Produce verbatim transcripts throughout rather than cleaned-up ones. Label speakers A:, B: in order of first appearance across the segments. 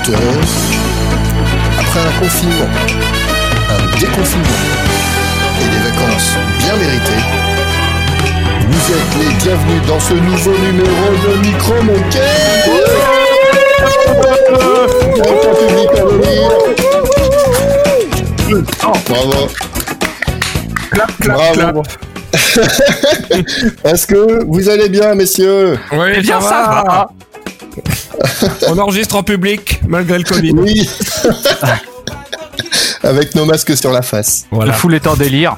A: auditeurs, après un confinement, un déconfinement et des vacances bien méritées, vous êtes les bienvenus dans ce nouveau numéro de Micro Monkey. Autant public à venir. Bravo.
B: Clap, clap,
A: Bravo.
B: clap.
A: Est-ce que vous allez bien, messieurs?
B: Oui,
C: Eh bien,
B: ça,
C: ça
B: va. On enregistre en public, malgré le Covid.
A: Oui. Avec nos masques sur la face.
C: Le full est en délire.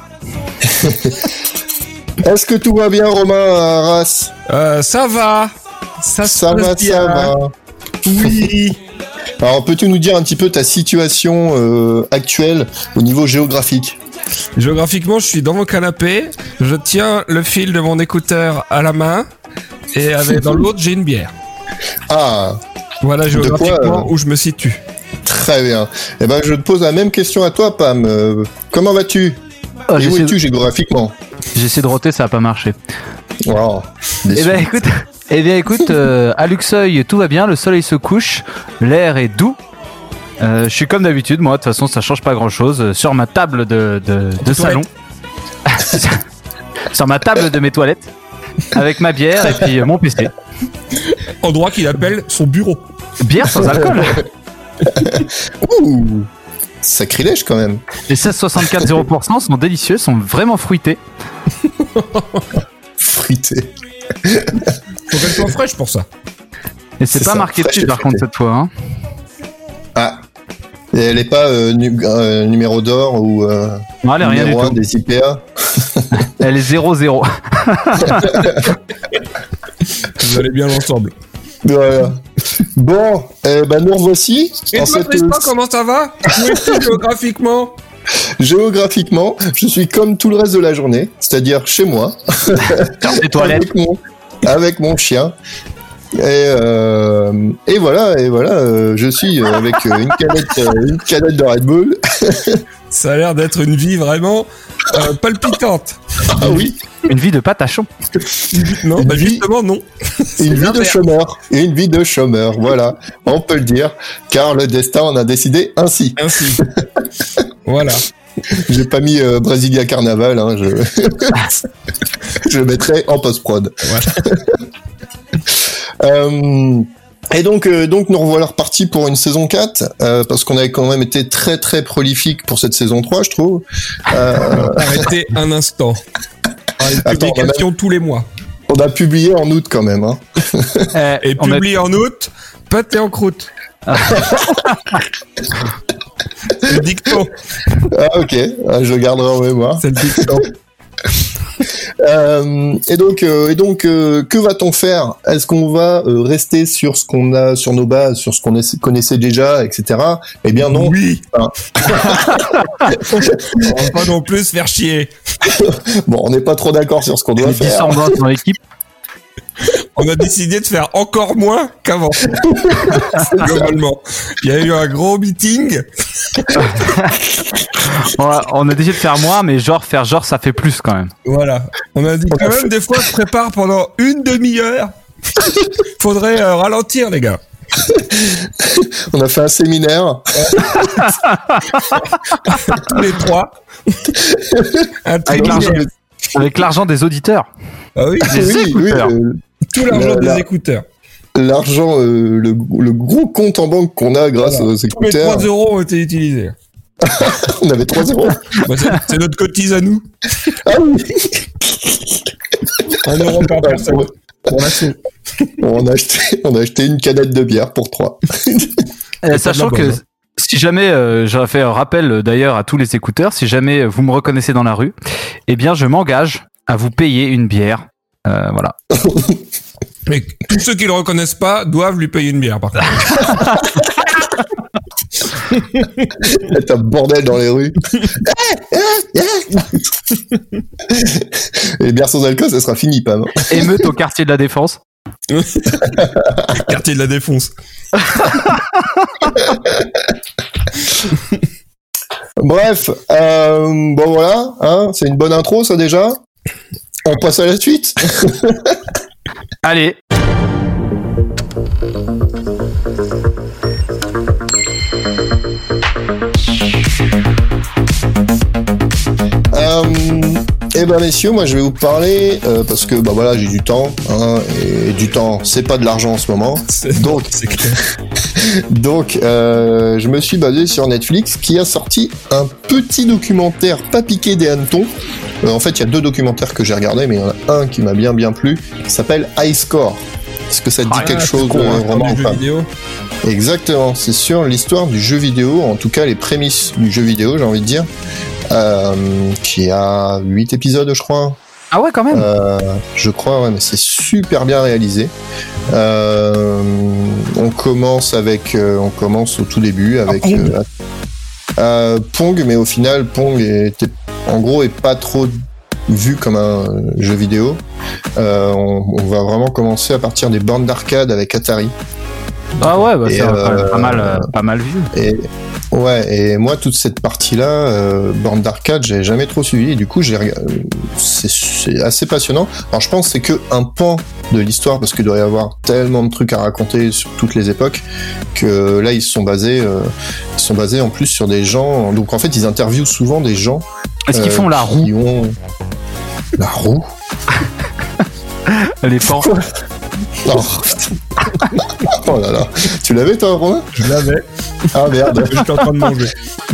A: Est-ce que tout va bien, Romain, à Arras?
B: Euh, ça va. Ça, se
A: Ça
B: passe
A: va,
B: bien.
A: ça va.
B: Oui.
A: Alors, peux-tu nous dire un petit peu ta situation euh, actuelle au niveau géographique?
B: Géographiquement, je suis dans mon canapé. Je tiens le fil de mon écouteur à la main. Et avec, dans l'autre, j'ai une bière.
A: Ah,
B: Voilà
A: quoi,
B: géographiquement
A: euh,
B: où je me situe.
A: très bien. Eh ben, je te pose la même question à toi, Pam. Euh, comment vas-tu?
C: Oh,
A: Et où
C: j'essaie,
A: es-tu
C: de...
A: géographiquement?
C: j'essaie de roter, ça a pas marché.
A: Oh,
C: Eh
A: déçu.
C: ben écoute, eh bien écoute, euh, à Luxeuil tout va bien, le soleil se couche, l'air est doux. Euh, je suis comme d'habitude, moi de toute façon ça change pas grand chose. Sur ma table de, de, de salon, sur ma table de mes toilettes, avec ma bière et puis euh, mon P C.
B: Endroit qu'il appelle son bureau.
C: Bière sans alcool.
A: Ouh, sacrilège quand même.
C: Les seize virgule soixante-quatre zéro pour cent sont délicieux, sont vraiment fruités.
A: Frité.
B: Faut qu'elle soit fraîche pour ça.
C: Et c'est,
A: C'est
C: pas
A: ça,
C: marqué
A: fraîche
C: dessus
A: et
C: par contre
A: fruité.
C: cette fois. Hein.
A: Ah. Et elle est pas euh, nu- euh, numéro d'or ou euh,
C: Non, elle est rien du
A: numéro un
C: tout.
A: des I P A.
C: Elle est zéro zéro.
B: Vous allez bien ensemble.
A: Voilà. Bon, eh ben nous revoici.
B: Et
A: En
B: toi,
A: cette-
B: Tristan, comment ça va? Où es-tu géographiquement?
A: Géographiquement, je suis comme tout le reste de la journée, c'est-à-dire chez moi,
C: Dans tes toilettes.
A: avec mon, avec mon chien. Et, euh, et voilà, et voilà, euh, je suis euh, avec euh, une canette, euh, une canette de Red Bull.
B: Ça a l'air d'être une vie vraiment euh, palpitante.
A: Ah oui,
C: Une vie de patachon.
B: Non,
A: Une
B: bah
A: vie-
B: justement non.
A: une vie de
B: l'inverse.
A: chômeur, une vie de chômeur, voilà, on peut le dire, car le destin en a décidé ainsi.
B: Ainsi. Voilà.
A: J'ai pas mis euh, Brasilia Carnaval, hein, je... je le mettrai en post-prod.
B: Voilà.
A: Euh, et donc, euh, donc nous revoilà repartis pour une saison quatre, euh, parce qu'on avait quand même été très très prolifique pour cette saison trois, je trouve. Euh,
B: Arrêtez un instant. Une
A: Attends,
B: publication tous les mois.
A: on a publié en août quand même. Hein.
C: Euh,
B: Et
C: on a-
B: publié en août, pâté en croûte. C'est le dicton.
A: Ah ok, ah, je garderai en mémoire.
B: C'est le dicton.
A: Euh, et donc, euh, et donc, euh, que va-t-on faire? Est-ce qu'on va euh, rester sur ce qu'on a, sur nos bases, sur ce qu'on essa- connaissait déjà, et cetera. Eh bien non.
B: Oui.
A: Hein.
B: On va pas non plus se faire chier.
A: Bon, on n'est pas trop d'accord sur ce qu'on doit
C: les
A: faire.
C: descendants dans l'équipe.
B: On a décidé de faire encore moins qu'avant. Globalement. Il y a eu un gros meeting.
C: On a, on a décidé de faire moins, mais genre faire genre ça fait plus quand même.
B: Voilà. On a dit quand même des fois se prépare pendant une demi-heure. Faudrait euh, ralentir les gars.
A: On a fait un séminaire.
B: Tous les trois. Un
C: Avec
B: tribunal.
C: l'argent, avec l'argent des auditeurs.
B: Ah oui,
C: Des
A: oui, oui,
C: écouteurs.
A: euh,
B: tout l'argent
A: La-
B: des
A: la-
B: écouteurs.
A: l'argent, euh, le, le gros compte en banque qu'on a grâce
B: Voilà.
A: aux
B: Tous les
A: écouteurs.
B: trois euros ont été utilisés.
A: On avait trois euros.
B: Bah, c'est, c'est notre cotise à nous.
A: Ah oui.
B: Un euro par personne.
A: Bon,
B: Pour l'assaut.
A: on a acheté, on a acheté une canette de bière pour trois.
C: Euh, sachant
B: de la
C: que
B: bonne.
C: si jamais, euh, j'aurais fait un rappel euh, d'ailleurs à tous les écouteurs, si jamais vous me reconnaissez dans la rue, eh bien je m'engage à vous payer une bière. Euh, voilà.
B: Mais tous ceux qui le reconnaissent pas doivent lui payer une bière, par contre.
A: T'as un bordel dans les rues. Les bières sans alcool, ça sera fini, Pam.
C: Émeute au quartier de la Défense.
B: Quartier de la Défonce.
A: Bref, euh, bon voilà, hein, c'est une bonne intro ça déjà. On passe à la suite.
C: Allez.
A: Eh ben messieurs, moi je vais vous parler euh, parce que bah voilà j'ai du temps hein, et du temps c'est pas de l'argent en ce moment.
B: C'est-
A: Donc
B: c'est clair.
A: donc euh, je me suis basé sur Netflix qui a sorti un petit documentaire pas piqué des hannetons. Euh, en fait il y a deux documentaires que j'ai regardés mais il y en a un qui m'a bien bien plu qui s'appelle High Score. Est-ce que ça te dit
B: Ah,
A: quelque
B: c'est
A: chose
B: con, hein,
A: euh, vraiment
B: du
A: ou
B: jeu
A: pas?
B: vidéo.
A: Exactement, c'est sur l'histoire du jeu vidéo, en tout cas les prémices du jeu vidéo j'ai envie de dire, euh, qui a huit épisodes je crois.
C: Ah ouais, quand même.
A: Euh, je crois, ouais, mais c'est super bien réalisé. Euh, on commence avec, euh, on commence au tout début avec
B: Ah, Pong.
A: euh, euh, Pong, mais au final, Pong était, en gros, est pas trop vu comme un jeu vidéo. Euh, on, on va vraiment commencer à partir des bornes d'arcade avec Atari.
C: Ah ouais, bah,
A: Et,
C: c'est
A: euh,
C: pas mal, euh, pas mal vu.
A: Et ouais, et moi toute cette partie-là, euh, borne d'arcade, j'ai jamais trop suivi. Et du coup, j'ai rega- c'est, c'est assez passionnant. Alors je pense que c'est que un pan de l'histoire parce qu'il doit y avoir tellement de trucs à raconter sur toutes les époques que là ils se sont basés, euh, ils se sont basés en plus sur des gens. Donc en fait, ils interviewent souvent des gens.
C: Est-ce qu'ils
A: euh,
C: font la roue,
A: qui ont la roue.
C: les pans?
A: Non. Oh là là, tu l'avais toi, Romain?
B: Je l'avais.
A: Ah merde.
B: J'étais en train de manger.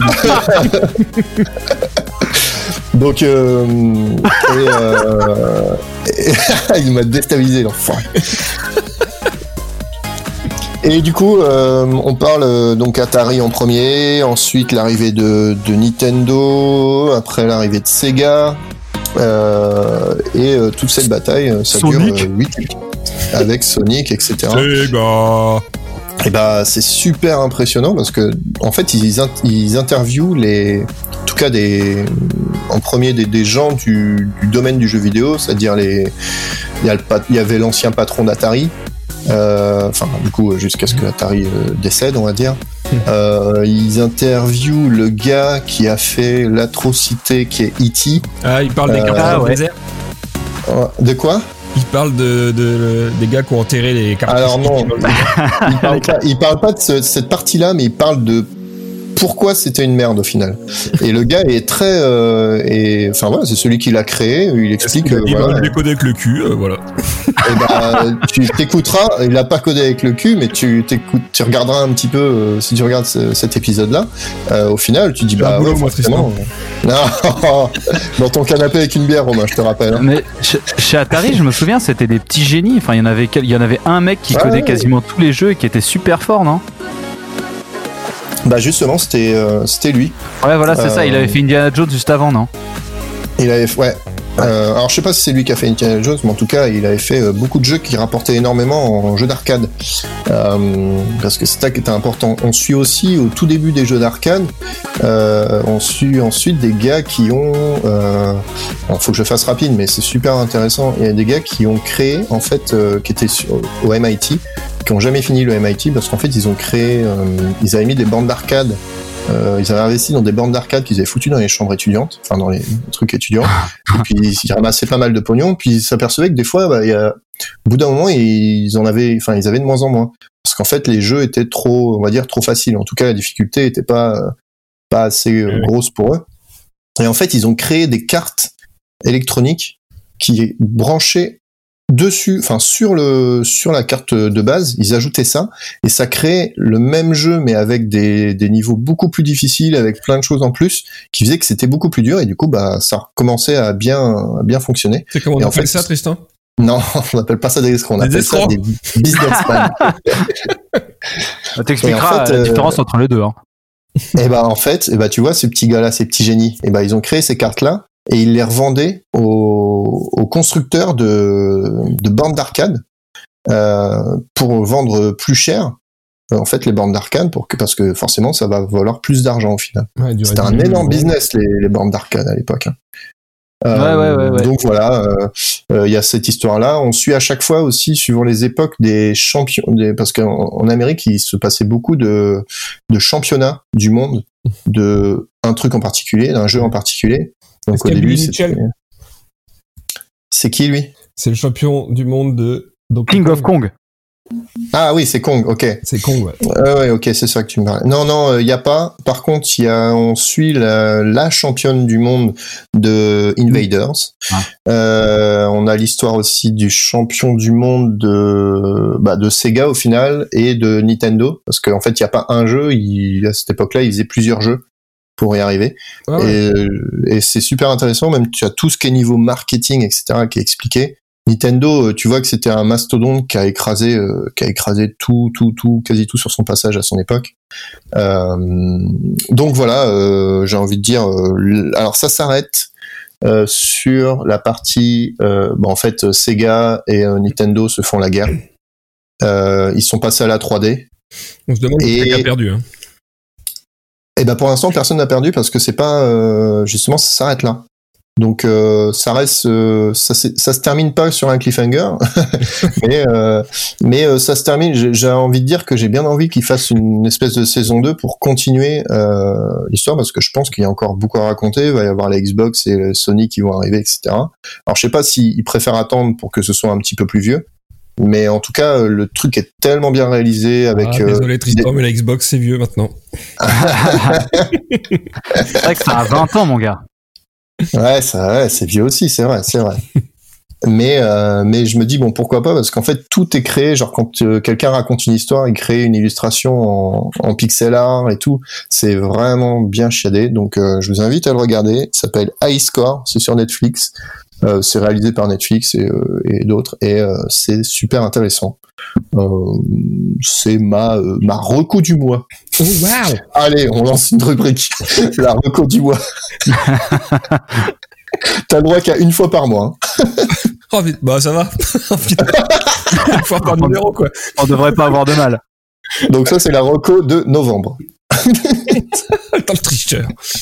A: Donc, euh, et, euh, et- il m'a déstabilisé l'enfoiré. Et du coup, euh, on parle euh, donc Atari en premier, ensuite l'arrivée de, de Nintendo, après l'arrivée de Sega, euh, et euh, toute cette bataille, ça
C: Sonic.
A: dure euh, huit avec Sonic, et cetera.
B: Sega.
A: Et bah c'est super impressionnant parce que en fait ils, in- ils interviewent les, en tout cas des, en premier des, des gens du, du domaine du jeu vidéo, c'est-à-dire les, il y, a le pat- il y avait l'ancien patron d'Atari, euh, enfin du coup jusqu'à ce que Atari euh, décède on va dire. Euh, ils interviewent le gars qui a fait l'atrocité qui est E T.
B: Ah, il parle des
A: Euh,
B: cartes
C: ah,
B: dans le
C: ouais.
B: désert.
A: De quoi?
B: Il parle de, de- des gars qui ont enterré les cartes.
A: Alors non, il parle pas, il parle pas de ce- cette partie-là, mais il parle de pourquoi c'était une merde au final. Et le gars est très, euh, et enfin voilà, c'est celui qui l'a créé. Il explique,
B: Il a
A: euh,
B: dit, bah,
A: voilà,
B: je l'ai codé avec le cul, euh, voilà.
A: et bah, tu t'écouteras. Il l'a pas codé avec le cul, mais tu t'écoutes, tu regarderas un petit peu euh, si tu regardes ce- cet épisode-là. Euh, au final, tu dis
B: Fais un
A: bah
B: boulot,
A: ouais,
B: moi,
A: forcément. Non, dans ton canapé avec une bière, Romain, je te rappelle. Hein.
C: Mais chez, chez Atari, je me souviens, c'était des petits génies. Enfin, il y en avait, quel- il y en avait un mec qui
A: Ouais,
C: codait
A: ouais.
C: quasiment tous les jeux et qui était super fort, non?
A: Bah justement, c'était, euh, c'était lui.
C: Ouais, voilà, c'est
A: Euh,
C: ça. Il avait fait Indiana Jones juste avant, non?
A: Il avait, ouais. Euh, alors je sais pas si c'est lui qui a fait Indiana Jones, mais en tout cas il avait fait euh, beaucoup de jeux qui rapportaient énormément en jeux d'arcade, euh, parce que c'est ça qui était important. On suit aussi au tout début des jeux d'arcade, euh, on suit ensuite des gars qui ont, euh, alors, faut que je fasse rapide, mais c'est super intéressant. Il y a des gars qui ont créé en fait, euh, qui étaient sur, au M I T, qui ont jamais fini le M I T parce qu'en fait ils ont créé, euh, ils avaient mis des bornes d'arcade. Euh, ils avaient investi dans des bornes d'arcade qu'ils avaient foutues dans les chambres étudiantes, enfin dans les trucs étudiants. Et puis ils ramassaient pas mal de pognon. Puis ils s'apercevaient que des fois, bah, il y a, au bout d'un moment, ils en avaient, enfin ils avaient de moins en moins, parce qu'en fait les jeux étaient trop, on va dire trop faciles. En tout cas, la difficulté était pas pas assez euh, grosse pour eux. Et en fait, ils ont créé des cartes électroniques qui branchaient dessus, enfin sur le sur la carte de base, ils ajoutaient ça et ça créait le même jeu mais avec des des niveaux beaucoup plus difficiles, avec plein de choses en plus, qui faisait que c'était beaucoup plus dur et du coup bah ça commençait à bien à bien fonctionner.
B: C'est comment on
A: Et en
B: appelle
A: fait,
B: ça, Tristan?
A: Non, on n'appelle pas ça des escrocs, on
B: Des
A: appelle
B: escrocs.
A: ça des businessmen.
C: On t'expliquera
A: Et en fait,
C: la
A: euh,
C: différence entre les deux. Hein.
A: Et bah en fait, et bah tu vois ces petits gars-là, ces petits génies, et bah ils ont créé ces cartes-là et ils les revendaient aux, aux constructeurs de, de bornes d'arcade euh, pour vendre plus cher. En fait, les bornes d'arcade pour que parce que forcément ça va valoir plus d'argent au final.
B: Ouais, du
A: C'était un
B: Red Bull,
A: énorme
B: bon.
A: business les, les bornes d'arcade à l'époque. hein.
C: Ouais, ouais, ouais, ouais.
A: Donc voilà, il euh, euh, y a cette histoire-là. On suit à chaque fois aussi, suivant les époques, des champions, des, parce qu'en en Amérique, il se passait beaucoup de, de championnats du monde, de un truc en particulier, d'un jeu en particulier. Donc
B: Est-ce
A: au
B: qu'il y a
A: début,
B: Billy
A: c'était-
B: Mitchell
A: c'est qui lui?
B: C'est le champion du monde de Donkey
C: King
B: Kong.
C: of Kong.
A: Ah oui, c'est Kong, ok.
B: C'est Kong, ouais.
A: Ouais, ouais, ok, c'est ça que tu me parlais. Non, non, il n'y a pas. Par contre, il y a, on suit la, la championne du monde de Invaders.
C: Ah.
A: Euh, on a l'histoire aussi du champion du monde de, bah, de Sega au final et de Nintendo. Parce qu'en fait, il n'y a pas un jeu. Il, à cette époque-là, ils faisaient plusieurs jeux pour y arriver.
B: Ah ouais.
A: Et, et c'est super intéressant. Même, tu as tout ce qui est niveau marketing, et cetera, qui est expliqué. Nintendo, tu vois que c'était un mastodonte qui a écrasé, euh, qui a écrasé tout, tout, tout, quasi tout sur son passage à son époque. Euh, donc voilà, euh, j'ai envie de dire. Euh, alors ça s'arrête euh, sur la partie. Euh, bon, en fait, Sega et euh, Nintendo se font la guerre. Euh, ils sont passés à la trois D.
B: On se demande
A: Et-
B: qui a perdu. Hein.
A: Et ben pour l'instant, personne n'a perdu parce que c'est pas euh, justement ça s'arrête là. Donc euh, ça reste, euh, ça, c'est- ça se termine pas sur un cliffhanger, mais euh, mais euh, ça se termine. J'ai, j'ai envie de dire que j'ai bien envie qu'ils fassent une espèce de saison deux pour continuer euh, l'histoire parce que je pense qu'il y a encore beaucoup à raconter. Il va y avoir la Xbox et Sony qui vont arriver, et cetera. Alors je sais pas s'ils préfèrent attendre pour que ce soit un petit peu plus vieux, mais en tout cas le truc est tellement bien réalisé avec.
B: Ah,
A: euh,
B: désolé Tristan, mais la Xbox c'est vieux maintenant.
C: C'est vrai que ça a vingt ans, mon gars.
A: Ouais, ça, ouais, c'est vieux aussi, c'est vrai, c'est vrai. mais, euh, mais je me dis bon, pourquoi pas, parce qu'en fait tout est créé. Genre quand euh, quelqu'un raconte une histoire, il crée une illustration en, en pixel art et tout. C'est vraiment bien chiadé. Donc euh, je vous invite à le regarder. Ça s'appelle High Score, c'est sur Netflix. Euh, c'est réalisé par Netflix et, euh, et d'autres, et euh, c'est super intéressant. Euh, c'est ma euh, ma reco du mois.
B: Oh wow.
A: Allez, on lance une rubrique. La reco du mois. T'as le droit qu'à une fois par mois. Hein.
B: Oh vite, bah ça va. Oh, putain. Une fois par numéro quoi.
C: On devrait pas avoir de mal.
A: Donc ça, c'est la reco de novembre.
B: Dans le tricheur.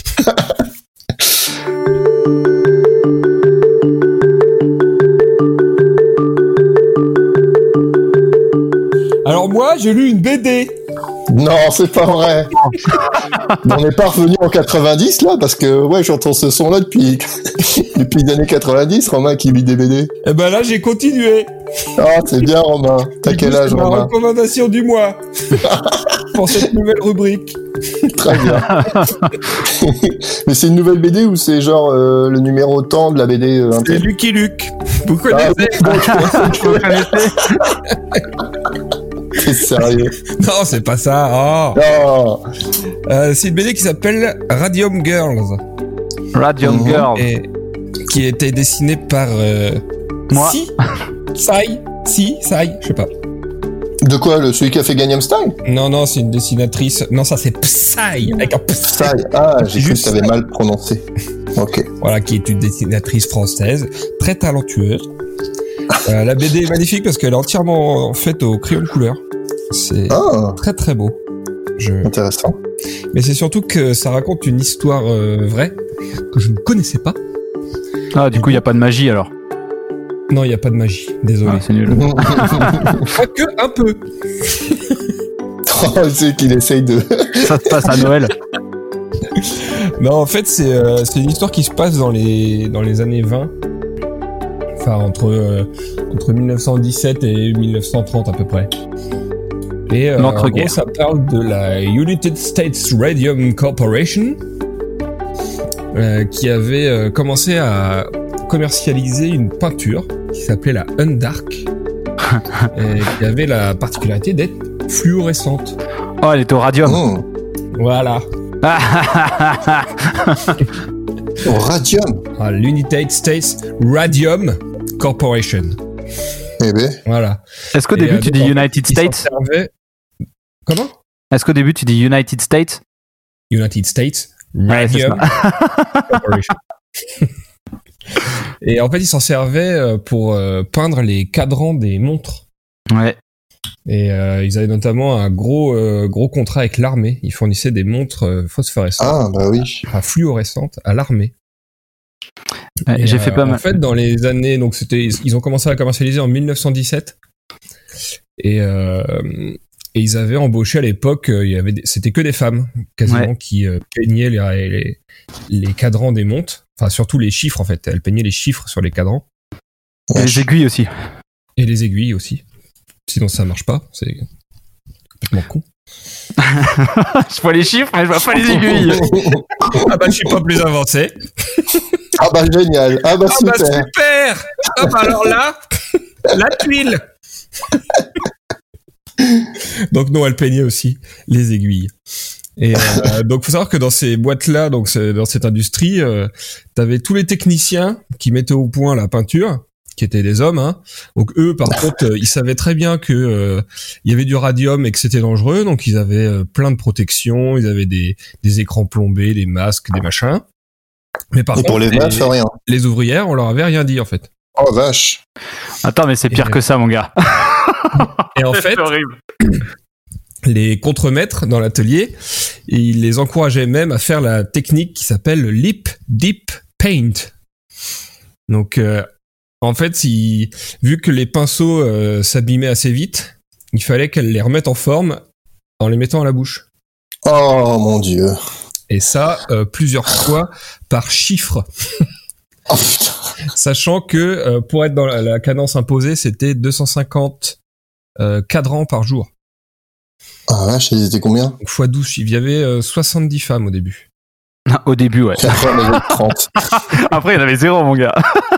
B: Alors moi, j'ai lu une B D.
A: Non, c'est pas vrai. On n'est pas revenu en quatre-vingt-dix là, parce que ouais, j'entends ce son-là depuis depuis les années quatre-vingt-dix. Romain qui lit des B D.
B: Et ben là, j'ai continué.
A: Ah, c'est bien, Romain. T'as
B: Du
A: quel
B: coup,
A: âge,
B: c'est ma
A: Romain?
B: recommandation du mois pour cette nouvelle rubrique.
A: Très bien. Mais c'est une nouvelle B D ou c'est genre euh, le numéro tant de la B D euh,
B: C'est
A: intégrée?
B: Lucky Luke. Vous
A: Ah,
B: connaissez?
A: donc, t'es sérieux?
B: Non, c'est pas ça. Oh.
A: Non.
B: Euh, c'est une B D qui s'appelle Radium Girls
C: Radium
A: Mhm.
C: Girl.
B: et qui a été dessinée par euh,
C: Moi.
B: Si Sai Si Sai, je sais pas.
A: De quoi, le celui qui a fait Gangnam Style?
B: Non, non, c'est une dessinatrice. Non, ça c'est Psy avec un Psy.
A: Style. Ah, j'ai cru que
B: Juste
A: t'avais
B: Style.
A: mal prononcé. Ok.
B: Voilà, qui est une dessinatrice française, très talentueuse. Euh, la B D est magnifique parce qu'elle est entièrement faite au crayon de couleur. C'est
A: Ah,
B: très très beau. Je...
A: intéressant.
B: Mais c'est surtout que ça raconte une histoire euh, vraie que je ne connaissais pas.
C: Ah, du coup, il y a pas de magie alors.
B: Non, il n'y a pas de magie, désolé.
C: Ah, c'est nul.
B: Quoique un peu.
A: Oh, c'est qu'il essaye de...
C: Ça se passe à Noël.
B: Non, en fait, c'est euh, c'est une histoire qui se passe dans les dans les années vingt. Enfin, entre euh, entre mille neuf cent dix-sept et mille neuf cent trente à peu près. Et euh, en gros,
C: L'entre-guerre.
B: ça parle de la United States Radium Corporation euh, qui avait euh, commencé à commercialiser une peinture qui s'appelait la Undark et qui avait la particularité d'être fluorescente.
C: Oh, elle est au radium.
A: Mmh.
B: Voilà.
A: Au radium.
B: Ah, l'United States Radium Corporation.
A: Eh ben,
B: Voilà.
C: Est-ce qu'au
B: Et,
C: début
B: euh,
C: tu
B: donc,
C: dis
B: en
C: United
B: Ils s'en
C: States?
B: servaient- Comment?
C: Est-ce qu'au début tu dis United States?
B: United States
C: Ouais, c'est
B: Radium Corporation. Et en fait, ils s'en servaient euh, pour euh, peindre les cadrans des montres.
C: Ouais.
B: Et euh, ils avaient notamment un gros euh, gros contrat avec l'armée. Ils fournissaient des montres euh, phosphorescentes,
A: ah, bah oui.
B: enfin fluorescentes, à l'armée.
C: Ouais,
B: Et,
C: J'ai
B: euh,
C: fait pas
B: En
C: mal.
B: fait, dans les années, donc c'était, ils ont commencé à commercialiser en mille neuf cent dix-sept. Et, euh, et ils avaient embauché à l'époque, euh, il y avait, des- c'était que des femmes quasiment
C: Ouais.
B: qui euh, peignaient les, les les cadrans des montres. Enfin, surtout les chiffres en fait. Elles peignaient les chiffres sur les cadrans
C: Et les aiguilles aussi.
B: et les aiguilles aussi. Sinon, ça marche pas. C'est complètement con.
C: Je vois les chiffres, mais je vois pas les aiguilles.
B: Ah bah, je suis pas plus avancé.
A: Ah bah génial. Ah bah
B: Ah
A: super.
B: bah, super. Ah bah, alors là, la tuile. Donc non, elle peignait aussi les aiguilles. Et euh, donc faut savoir que dans ces boîtes-là, donc c'est, dans cette industrie, euh, t'avais tous les techniciens qui mettaient au point la peinture, qui étaient des hommes. Hein. Donc eux, par contre, euh, ils savaient très bien que euh, il y avait du radium et que c'était dangereux, donc ils avaient euh, plein de protections, ils avaient des, des écrans plombés, des masques, des machins. Mais par
A: Et
B: contre,
A: pour les meufs, rien.
B: les ouvrières, on leur avait rien dit en fait.
A: Oh vache.
C: Attends, mais c'est pire
B: Et-
C: que ça, mon gars.
B: Et en fait,
C: C'est horrible.
B: les contremaîtres dans l'atelier, ils les encourageaient même à faire la technique qui s'appelle le lip deep paint. Donc, euh, en fait, il, vu que les pinceaux euh, s'abîmaient assez vite, il fallait qu'elles les remettent en forme en les mettant à la bouche.
A: Oh mon dieu.
B: Et ça, euh, plusieurs fois par chiffre.
A: Oh putain.
B: Sachant que euh, pour être dans la, la cadence imposée, c'était deux cent cinquante euh, cadrans par jour.
A: Ah vache, ils étaient combien?
B: Donc fois douze, il y avait euh, soixante-dix femmes au début.
C: Au début, ouais.
A: Puis après, on avait trente.
C: Après, il y en avait zéro, mon gars.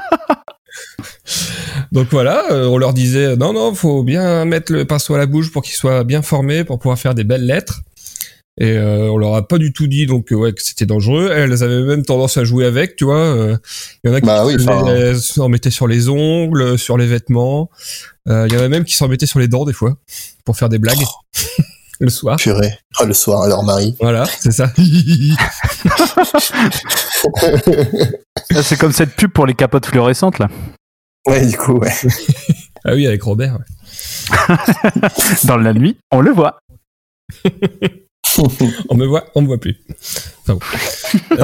B: Donc voilà, euh, on leur disait non non, faut bien mettre le pinceau à la bouche pour qu'il soit bien formé pour pouvoir faire des belles lettres. Et euh, on leur a pas du tout dit donc euh, ouais que c'était dangereux. Elles avaient même tendance à jouer avec, tu vois. Il euh, y en a qui
A: Bah oui,
B: les- s'en mettaient sur les ongles, sur les vêtements. Il euh, y en a même qui s'en mettaient sur les dents des fois pour faire des blagues le soir.
A: Purée. Oh, le soir, à leur mari.
B: Voilà, c'est ça.
C: Là, c'est comme cette pub pour les capotes fluorescentes, là.
A: Ouais, du coup, ouais.
B: Ah oui, avec Robert. Ouais.
C: Dans la nuit, on le voit.
B: On me voit, on me voit plus. Enfin bon. Euh,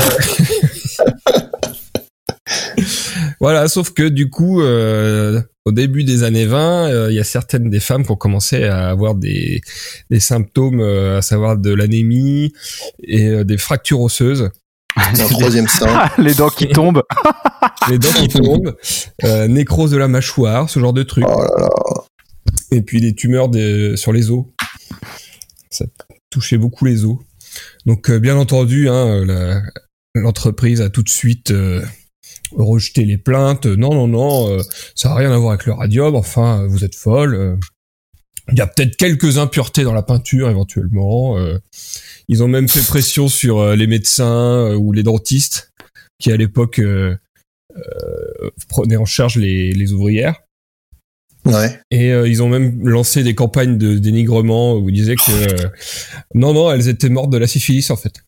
B: Voilà, sauf que du coup, euh, au début des années vingt, il euh, y a certaines des femmes qui ont commencé à avoir des, des symptômes, euh, à savoir de l'anémie et euh, des fractures osseuses,
A: Un troisième sein.
C: Ah, les dents qui tombent.
B: les dents qui tombent, euh, nécrose de la mâchoire, ce genre de trucs.
A: Oh là là.
B: Et puis des tumeurs des, sur les os. Ça touchait beaucoup les os. Donc euh, bien entendu, hein, la, l'entreprise a tout de suite euh, rejeté les plaintes. Non, non, non, euh, ça n'a rien à voir avec le radium. Enfin, vous êtes folle. Euh, il y a peut-être quelques impuretés dans la peinture éventuellement. Euh, ils ont même fait pression sur euh, les médecins euh, ou les dentistes qui à l'époque euh, euh, prenaient en charge les, les ouvrières.
A: Ouais.
B: Et euh, ils ont même lancé des campagnes de dénigrement où ils disaient que euh, non, non, elles étaient mortes de la syphilis en fait.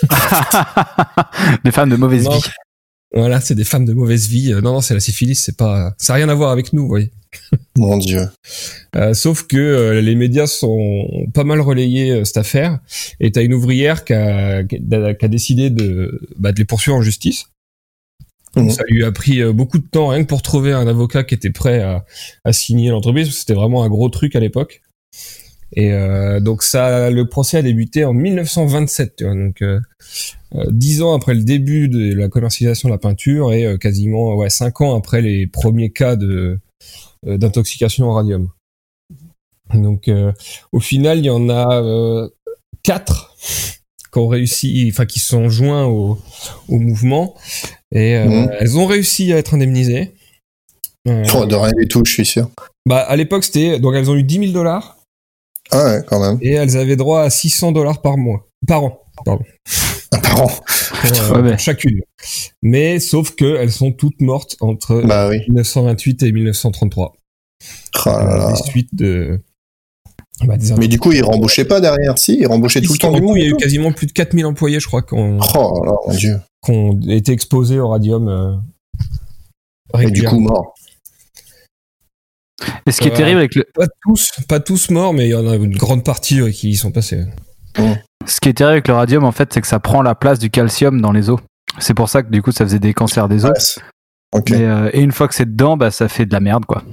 C: Des femmes de mauvaise
B: Non.
C: vie.
B: Voilà, c'est des femmes de mauvaise vie. Euh, non, non, c'est la syphilis, c'est pas, ça a rien à voir avec nous, vous voyez.
A: Mon dieu.
B: Euh, sauf que euh, les médias sont pas mal relayé euh, cette affaire. Et t'as une ouvrière qui a, qui a, qui a décidé de, bah, de les poursuivre en justice.
A: Mmh.
B: Ça lui a pris euh, beaucoup de temps rien que pour trouver un avocat qui était prêt à, à signer l'entreprise. C'était vraiment un gros truc à l'époque. Et euh, donc ça, le procès a débuté en mille neuf cent vingt-sept. Tu vois, donc euh, euh, dix ans après le début de la commercialisation de la peinture et euh, quasiment ouais cinq ans après les premiers cas de euh, d'intoxication au radium. Donc euh, au final, il y en a euh, quatre qui ont réussi, enfin qui sont joints au, au mouvement et euh,
A: Mmh.
B: elles ont réussi à être indemnisées. Euh,
A: Oh, de rien du tout, je suis sûr.
B: bah à l'époque c'était donc elles ont eu dix mille dollars.
A: Ah ouais, quand même.
B: Et elles avaient droit à six cents dollars par mois. Par an, pardon.
A: Un par an.
B: Pour, euh,
C: Ouais, mais-
B: pour chacune. Mais sauf que elles sont toutes mortes entre
A: Bah oui.
B: mille neuf cent vingt-huit et mille neuf cent trente-trois.
A: Oh là
B: Euh,
A: là.
B: des suites de... Bah, des
A: Mais du coup, ils rembauchaient pas derrière, si? Ils rembauchaient tout le temps du
B: coup,
A: monde.
B: il y a
A: et
B: eu
A: tout
B: quasiment plus de quatre mille employés, je crois, qui ont,
A: Oh là là, mon dieu.
B: qui ont été exposés au radium euh,
A: Et du
B: régulièrement.
A: coup, mort.
C: Et ce qui est
B: Ouais.
C: terrible avec le,
B: Pas tous, pas tous morts, mais il y en a une grande partie ouais, qui y sont passés.
C: ce qui est terrible avec le radium, en fait, c'est que ça prend la place du calcium dans les os. C'est pour ça que du coup, ça faisait des cancers des os.
A: Ouais, c'est- ok.
C: Mais, euh, et une fois que c'est dedans, bah, ça fait de la merde, quoi.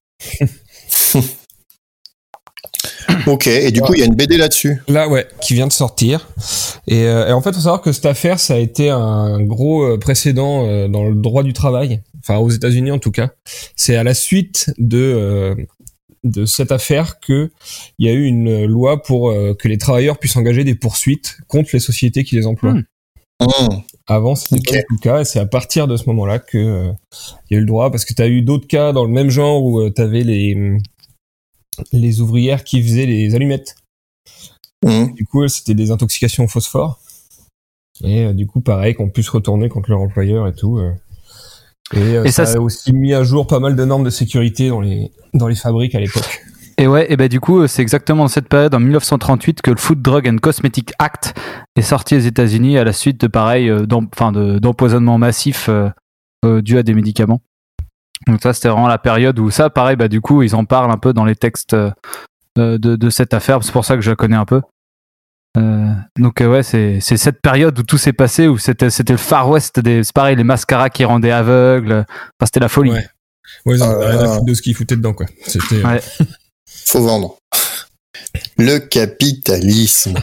A: Ok, et du coup, il y a une B D là-dessus.
B: Là, ouais, qui vient de sortir. Et, euh, et en fait, faut savoir que cette affaire, ça a été un gros euh, précédent euh, dans le droit du travail, enfin aux États-Unis en tout cas. C'est à la suite de euh, de cette affaire que il y a eu une loi pour euh, que les travailleurs puissent engager des poursuites contre les sociétés qui les emploient. Mmh. Mmh. Avant, c'était okay. pas le cas, et c'est à partir de ce moment-là que euh, il y a eu le droit, parce que t'as eu d'autres cas dans le même genre où euh, t'avais les les ouvrières qui faisaient les allumettes. Mmh. Du coup, c'était des intoxications au phosphore. Et euh, du coup, pareil, qu'on puisse retourner contre leur employeur et tout. Euh. Et, euh, et ça, ça a aussi mis à jour pas mal de normes de sécurité dans les dans les fabriques à l'époque.
C: Et ouais, et ben du coup, c'est exactement dans cette période, en dix-neuf cent trente-huit, que le Food, Drug and Cosmetic Act est sorti aux États-Unis à la suite de pareil, euh, d'em, enfin de, d'empoisonnement massif euh, euh, dû à des médicaments. Donc ça, c'était vraiment la période où ça, pareil, bah du coup, ils en parlent un peu dans les textes euh, de, de cette affaire. C'est pour ça que je la connais un peu. Euh, donc euh, ouais, c'est c'est cette période où tout s'est passé, où c'était c'était le Far West des, c'est pareil, les mascaras qui rendaient aveugles. Enfin, c'était la folie.
B: Ouais, ouais, ils en avaient rien à foutre de ce qu'ils foutaient dedans, quoi. C'était.
C: Ouais.
A: Faut vendre. Le capitalisme,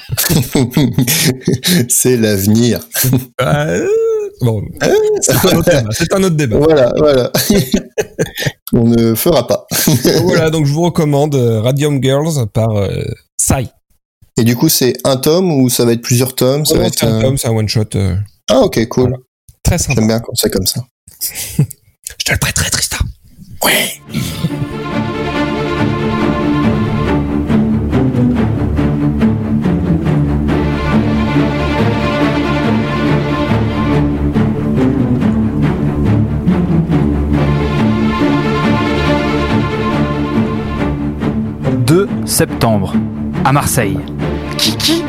A: c'est l'avenir.
B: Euh, bon, c'est un autre débat. C'est un autre débat.
A: Voilà, voilà. On ne fera pas.
B: Voilà, donc je vous recommande Radium Girls par euh, Psy.
A: Et du coup, c'est un tome ou ça va être plusieurs tomes? Ça
B: ouais,
A: va
B: c'est
A: être
B: un tome, c'est un one shot. Euh...
A: Ah ok, cool.
B: Voilà. Très sympa.
A: J'aime bien quand c'est comme ça.
B: Je te le prêterai, Tristan.
A: Ouais.
C: deux septembre, à Marseille. Kiki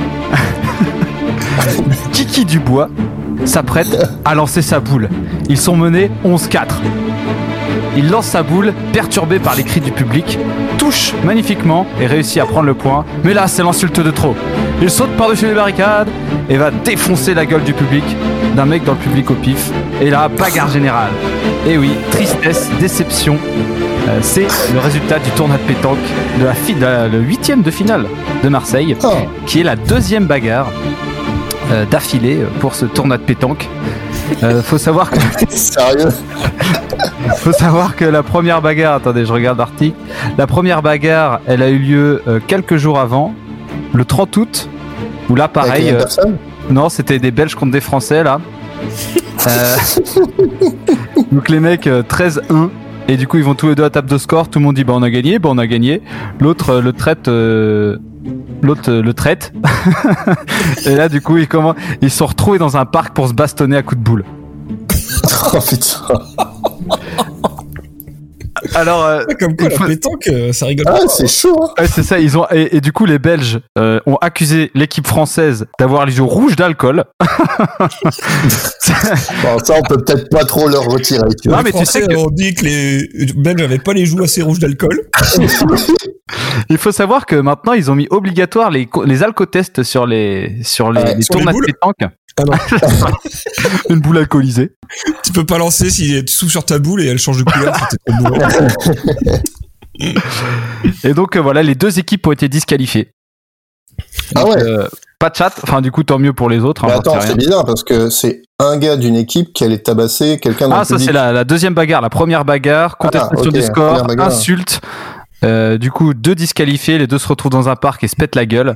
C: Kiki Dubois s'apprête à lancer sa boule. Ils sont menés onze quatre. Il lance sa boule, perturbé par les cris du public, touche magnifiquement et réussit à prendre le point. Mais là, c'est l'insulte de trop. Il saute par-dessus les barricades et va défoncer la gueule du public, d'un mec dans le public au pif. Et là, bagarre générale. Et oui, tristesse, déception. Euh, c'est le résultat du tournoi de pétanque de la fi- de la, le huitième de finale de Marseille, oh. qui est la deuxième bagarre euh, d'affilée pour ce tournoi de pétanque. Euh, faut savoir que
A: sérieux
C: faut savoir que la première bagarre, attendez, je regarde l'article. La première bagarre, elle a eu lieu euh, quelques jours avant, le trente août, où là, pareil. Euh, non, c'était des Belges contre des Français là. euh, donc les mecs euh, treize un. Et du coup, ils vont tous les deux à table de score. Tout le monde dit bah on a gagné, bah on a gagné. L'autre euh, le traite, euh, l'autre euh, le traite. Et là, du coup, ils comment ils se sont retrouvés dans un parc pour se bastonner à coups de boule.
A: Oh putain.
C: Alors, euh,
B: comme quoi, la faut... pétanque, ça rigole
A: ah,
B: pas.
A: Ah, c'est chaud. Hein.
C: Ouais, c'est ça. Ils ont et, et du coup, les Belges euh, ont accusé l'équipe française d'avoir les yeux rouges d'alcool.
A: Bon, ça, on peut peut-être pas trop leur retirer. Tu
B: non,
A: vois.
B: mais tu sais que... on dit que les Belges n'avaient pas les joues assez rouges d'alcool.
C: Il faut savoir que maintenant, ils ont mis obligatoire les les alcotests sur les sur les,
B: euh,
C: les
B: sur
C: tournois
B: les
C: de pétanque.
B: Ah non.
C: Une boule alcoolisée.
B: Tu peux pas lancer si tu souffles sur ta boule et elle change de couleur. C'était trop beau.
C: Et donc euh, voilà, les deux équipes ont été disqualifiées.
A: Donc, ah ouais.
C: Euh, pas de chat. Enfin, du coup, tant mieux pour les autres.
A: Mais
C: hein,
A: attends, c'est bizarre parce que c'est un gars d'une équipe qui allait tabasser quelqu'un. Dans
C: ah,
A: le
C: ça
A: public.
C: c'est la, la deuxième bagarre. La première bagarre, contestation ah, okay. du score, insulte. Euh, du coup, deux disqualifiés. Les deux se retrouvent dans un parc et se pètent la gueule.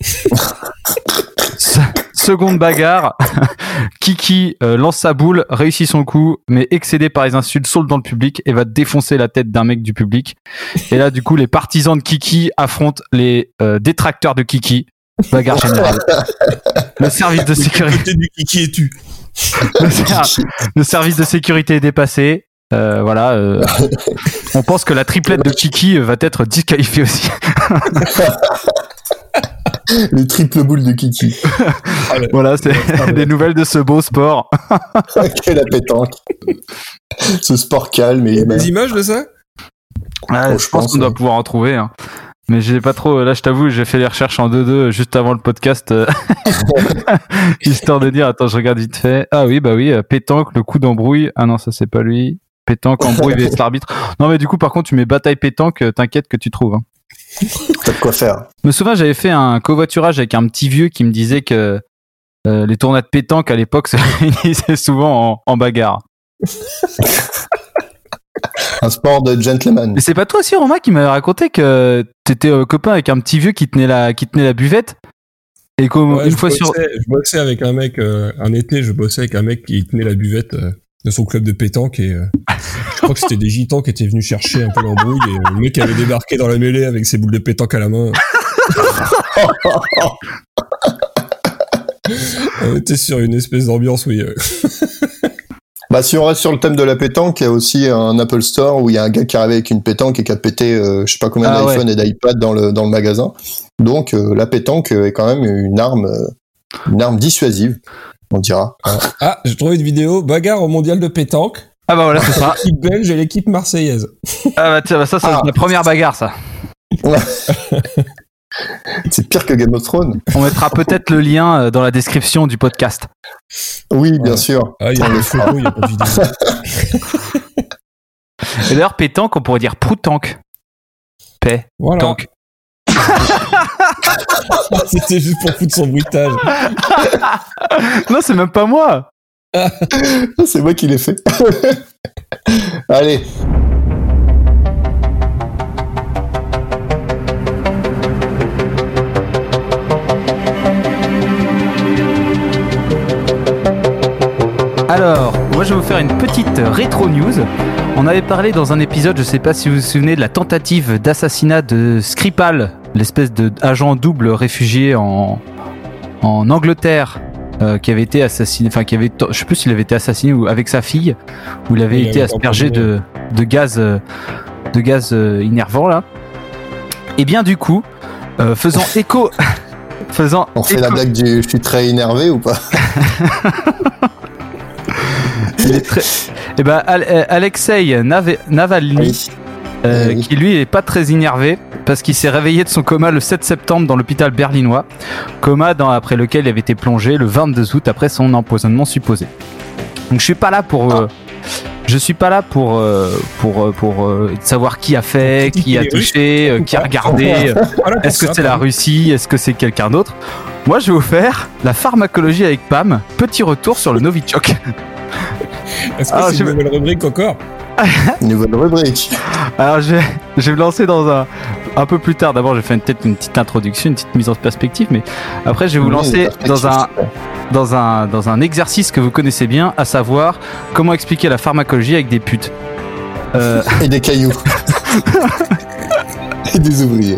C: Seconde bagarre, Kiki euh, lance sa boule, réussit son coup, mais excédé par les insultes, saute dans le public et va défoncer la tête d'un mec du public. Et là, du coup, les partisans de Kiki affrontent les euh, détracteurs de Kiki. Bagarre générale. Le service de sécurité
B: du Kiki est tu.
C: Le, ser- le service de sécurité est dépassé. Euh, voilà. Euh, on pense que la triplette de Kiki va être disqualifiée aussi.
A: Les triples boules de Kiki.
C: Voilà, c'est ah, des nouvelles de ce beau sport.
A: Quelle la pétanque. Ce sport calme et
B: des images de ça.
C: Ouais, oh, je, je pense, pense qu'on ouais. doit pouvoir en trouver. Hein. Mais j'ai pas trop. Là, je t'avoue, j'ai fait les recherches en deux deux juste avant le podcast, histoire de dire. Attends, je regarde vite fait. Ah oui, bah oui, pétanque, le coup d'embrouille. Ah non, ça c'est pas lui. Pétanque, embrouille, vs l'arbitre. Non, mais du coup, par contre, tu mets bataille pétanque. T'inquiète que tu trouves. Hein.
A: T'as de quoi faire.
C: Je me souviens, j'avais fait un covoiturage avec un petit vieux qui me disait que euh, les tournois de pétanque à l'époque se réunissaient souvent en, en bagarre.
A: Un sport de gentleman.
C: Mais c'est pas toi aussi, Romain, qui m'avait raconté que t'étais euh, copain avec un petit vieux qui tenait la, qui tenait la buvette. Et comme
B: Ouais,
C: une
B: je
C: fois
B: bossais,
C: sur.
B: Je bossais avec un mec, euh, un été, je bossais avec un mec qui tenait la buvette euh, de son club de pétanque et euh, je crois que c'était des gitans qui étaient venus chercher un peu l'embrouille et euh, le mec avait débarqué dans la mêlée avec ses boules de pétanque à la main. On était sur une espèce d'ambiance où il y a...
A: Bah, si on reste sur le thème de la pétanque, il y a aussi un Apple Store où il y a un gars qui arrive avec une pétanque et qui a pété, euh, je sais pas combien
C: Ah,
A: d'iPhone
C: ouais.
A: et d'iPad dans le, dans le magasin. Donc, euh, la pétanque est quand même une arme, euh, une arme dissuasive, on dira.
B: Ah, j'ai trouvé une vidéo, bagarre au mondial de pétanque.
C: Ah bah voilà, c'est ça.
B: L'équipe belge et l'équipe marseillaise.
C: Ah bah tiens, bah ça, c'est
A: Ah.
C: la première bagarre, ça.
A: C'est pire que Game of Thrones.
C: On mettra peut-être le lien euh, dans la description du podcast.
A: Oui, bien
B: Ouais.
A: sûr.
B: Ah, il y a des photos, il y a pas de vidéo.
C: Et d'ailleurs, pétanque, on pourrait dire proutanque. Paix,
B: Voilà.
C: tank.
B: C'était juste pour foutre son bruitage.
C: Non, c'est même pas moi.
A: C'est moi qui l'ai fait. Allez.
C: Alors, moi je vais vous faire une petite rétro news. On avait parlé dans un épisode, je sais pas si vous vous souvenez, de la tentative d'assassinat de Skripal, l'espèce d'agent double réfugié en, en Angleterre, euh, qui avait été assassiné, enfin qui avait, je sais plus s'il avait été assassiné ou avec sa fille, où il avait
B: Il
C: été
B: avait
C: aspergé de, de gaz, euh, de gaz euh, innervant là. Et bien du coup, euh, faisant écho, faisant
A: On fait
C: écho-
A: la blague du je suis très énervé ou pas?
C: Il est très... Eh ben, Al- euh, Alexei Nav- Navalny,
A: Oui.
C: euh,
A: Oui.
C: qui lui est pas très énervé parce qu'il s'est réveillé de son coma le sept septembre dans l'hôpital berlinois, coma dans, après lequel il avait été plongé le vingt-deux août après son empoisonnement supposé. Donc je suis pas là pour, euh, je suis pas là pour euh, pour euh, pour euh, savoir qui a fait,
B: Pour
C: qui a
B: critiquer les
C: touché, euh, qui a regardé. euh,
B: Voilà pour
C: Est-ce que
B: ça,
C: c'est la
B: quoi.
C: Russie? Est-ce que c'est quelqu'un d'autre? Moi, je vais vous faire la pharmacologie avec Pam. Petit retour sur le Novichok.
B: Est-ce que
C: Ah,
B: c'est
C: je-
B: une nouvelle rubrique encore?
A: Une nouvelle rubrique.
C: Alors, je vais, je vais me lancer dans un un peu plus tard. D'abord, je vais faire une- peut-être une petite introduction, une petite mise en perspective, mais après, je vais vous
A: Oui,
C: lancer
A: perspective,
C: dans un
A: super.
C: dans un dans un exercice que vous connaissez bien, à savoir comment expliquer la pharmacologie avec des putes. Euh,
A: Et des cailloux. Et des ouvriers.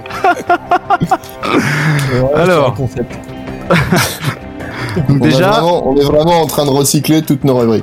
C: Alors.
B: C'est un concept.
C: donc
A: On,
C: déjà,
A: est vraiment, on est vraiment en train de recycler toutes nos rubriques.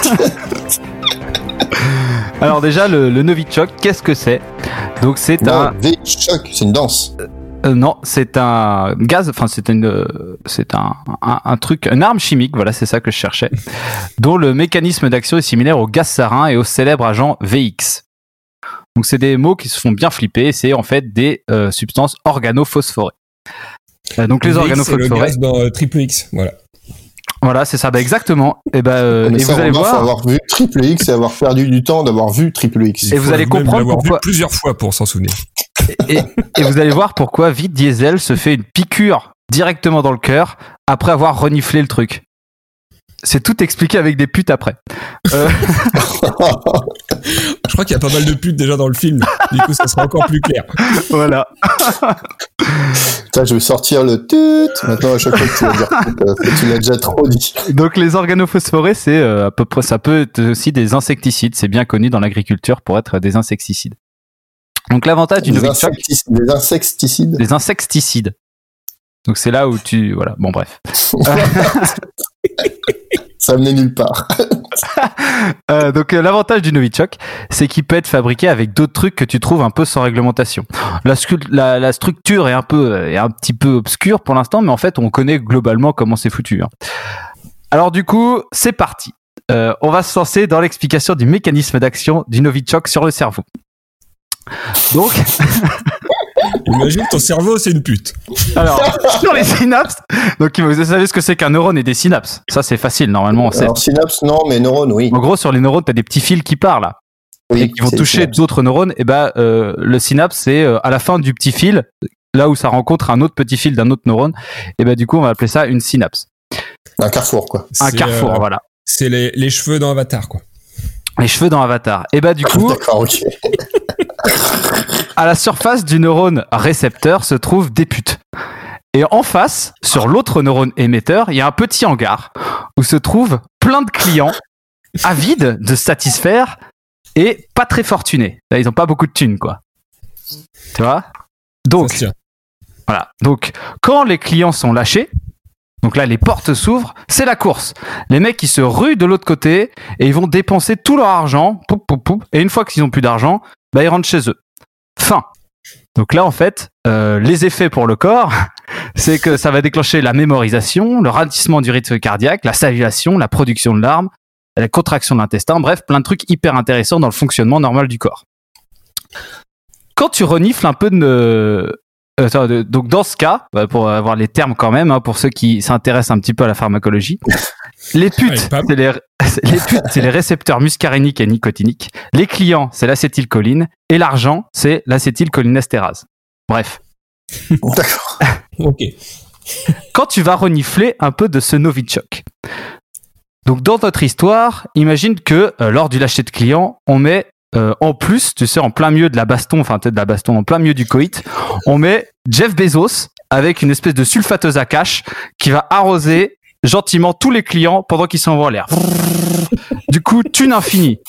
C: alors déjà le, le Novichok, qu'est-ce que c'est? Donc c'est un
A: Non, V-Choc, c'est une danse.
C: Euh, non, c'est un gaz, enfin c'est une, euh, c'est un, un, un truc, une arme chimique, voilà, c'est ça que je cherchais, dont le mécanisme d'action est similaire au gaz sarin et au célèbre agent V X. Donc c'est des mots qui se font bien flipper, c'est en fait des euh, substances organophosphorées. Euh, donc les
B: V X, c'est le
C: organophosphorés,
B: gaz dans euh, Triple X, voilà.
C: voilà, c'est ça, bah exactement. Et ben euh,
A: Mais
C: et
A: ça,
C: vous allez
A: Romain, faut
C: voir,
A: avoir vu Triple X et avoir perdu du temps d'avoir vu Triple X.
C: Et vous
B: Faut
C: allez
B: même
C: comprendre
B: l'avoir
C: pourquoi-
B: vu plusieurs fois pour s'en souvenir.
C: et, et vous allez voir pourquoi Vin Diesel se fait une piqûre directement dans le cœur après avoir reniflé le truc. C'est tout expliqué avec des putes après. Euh,
B: Je crois qu'il y a pas mal de putes déjà dans le film. Du coup, ça sera encore plus clair.
C: voilà.
A: Putain, je vais sortir le tut. Maintenant, à chaque fois que tu vas dire tut, euh, tu l'as déjà trop dit.
C: Donc les organophosphorés, c'est euh, à peu près, ça peut être aussi des insecticides. C'est bien connu dans l'agriculture pour être des insecticides. Donc l'avantage du
A: Des,
C: Novichok,
A: insectic- des insecticides.
C: des insecticides. Donc c'est là où tu, voilà, bon bref.
A: Ça menait nulle part.
C: Euh, donc euh, l'avantage du Novichok, c'est qu'il peut être fabriqué avec d'autres trucs que tu trouves un peu sans réglementation. La, scul- la, la structure est un peu, euh, est un petit peu obscure pour l'instant, mais en fait on connaît globalement comment c'est foutu. Hein. Alors du coup, c'est parti. Euh, on va se lancer dans l'explication du mécanisme d'action du Novichok sur le cerveau. Donc,
B: Imagine ton cerveau, c'est une pute.
C: alors sur les synapses, donc vous savez ce que c'est qu'un neurone et des synapses. Ça c'est facile, normalement on sait.
A: Alors, synapse, non, mais neurones, oui.
C: En gros, sur les neurones, t'as des petits fils qui partent là.
A: oui
C: Et qui vont
A: c'est
C: toucher
A: synapse.
C: d'autres neurones, et ben euh, le synapse c'est euh, à la fin du petit fil, là où ça rencontre un autre petit fil d'un autre neurone, et ben du coup on va appeler ça une synapse,
A: Un carrefour, quoi.
C: un
B: C'est,
C: carrefour,
B: euh,
C: voilà.
B: C'est les, les cheveux dans Avatar, quoi.
C: Les cheveux dans Avatar. Et bah du coup,
A: D'accord, ok.
C: à la surface du neurone récepteur se trouvent des putes. Et en face, sur l'autre neurone émetteur, il y a un petit hangar où se trouvent plein de clients avides de se satisfaire et pas très fortunés. Là, ils ont pas beaucoup de thunes, quoi. Tu vois ? Donc, voilà. Donc, quand les clients sont lâchés, donc là, les portes s'ouvrent, c'est la course. Les mecs, ils se ruent de l'autre côté et ils vont dépenser tout leur argent. Poup, poup, poup, et une fois qu'ils ont plus d'argent, bah, ils rentrent chez eux. Fin. Donc là, en fait, euh, les effets pour le corps, c'est que ça va déclencher la mémorisation, le ralentissement du rythme cardiaque, la salivation, la production de larmes, la contraction de l'intestin, bref, plein de trucs hyper intéressants dans le fonctionnement normal du corps. Quand tu renifles un peu de... Euh, donc dans ce cas, pour avoir les termes quand même, hein, pour ceux qui s'intéressent un petit peu à la pharmacologie, les putes, c'est les, les putes, c'est les récepteurs muscaréniques et nicotiniques. Les clients, c'est l'acétylcholine. Et l'argent, c'est l'acétylcholinestérase. Bref.
A: D'accord.
B: Ok.
C: Quand tu vas renifler un peu de ce Novichok. Donc dans notre histoire, imagine que euh, lors du lâcher de client, on met Euh, en plus, tu sais, en plein milieu de la baston, enfin peut-être de la baston, en plein milieu du coït, on met Jeff Bezos avec une espèce de sulfateuse à cash qui va arroser gentiment tous les clients pendant qu'ils s'envoient en l'air. Du coup, thune infinie.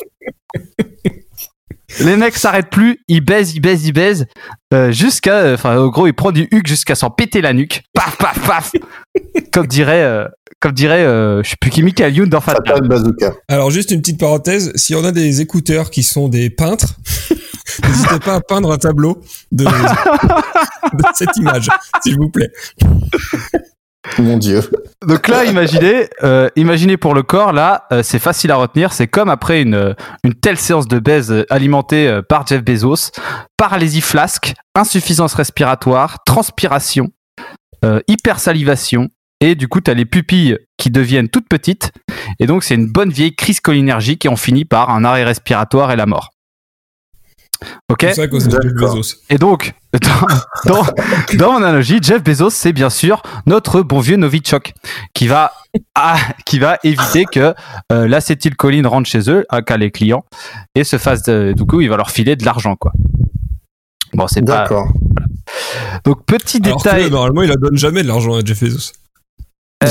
C: Les mecs s'arrêtent plus, ils baisent, ils baisent, ils baisent, euh, jusqu'à, enfin, euh, en gros, ils prennent du huc jusqu'à s'en péter la nuque. Paf, paf, paf. Comme dirait, euh, comme dirait, euh, je sais plus qui, Michael Youn dans Fatal.
A: Fatal Bazooka.
B: Alors, juste une petite parenthèse. Si on a des écouteurs qui sont des peintres, n'hésitez pas à peindre un tableau de, de cette image, s'il vous plaît.
A: Mon Dieu.
C: Donc là, imaginez, euh, imaginez pour le corps, là, euh, c'est facile à retenir. C'est comme après une, une telle séance de baise alimentée euh, par Jeff Bezos. Paralysie flasque, insuffisance respiratoire, transpiration, euh, hypersalivation. Et du coup, tu as les pupilles qui deviennent toutes petites. Et donc, c'est une bonne vieille crise cholinergique et on finit par un arrêt respiratoire et la mort. Ok.
B: C'est ça cause de Jeff Bezos.
C: Et donc, dans, dans, dans mon analogie, Jeff Bezos, c'est bien sûr notre bon vieux Novichok qui va, ah, qui va éviter que euh, l'acétylcholine rentre chez eux, à qu'à les clients, et se fasse, de, du coup, il va leur filer de l'argent, quoi. Bon, c'est pas.
A: D'accord.
C: Voilà. Donc, petit
B: Alors
C: détail.
B: que, normalement, il ne donne jamais de l'argent à Jeff Bezos.
C: Euh,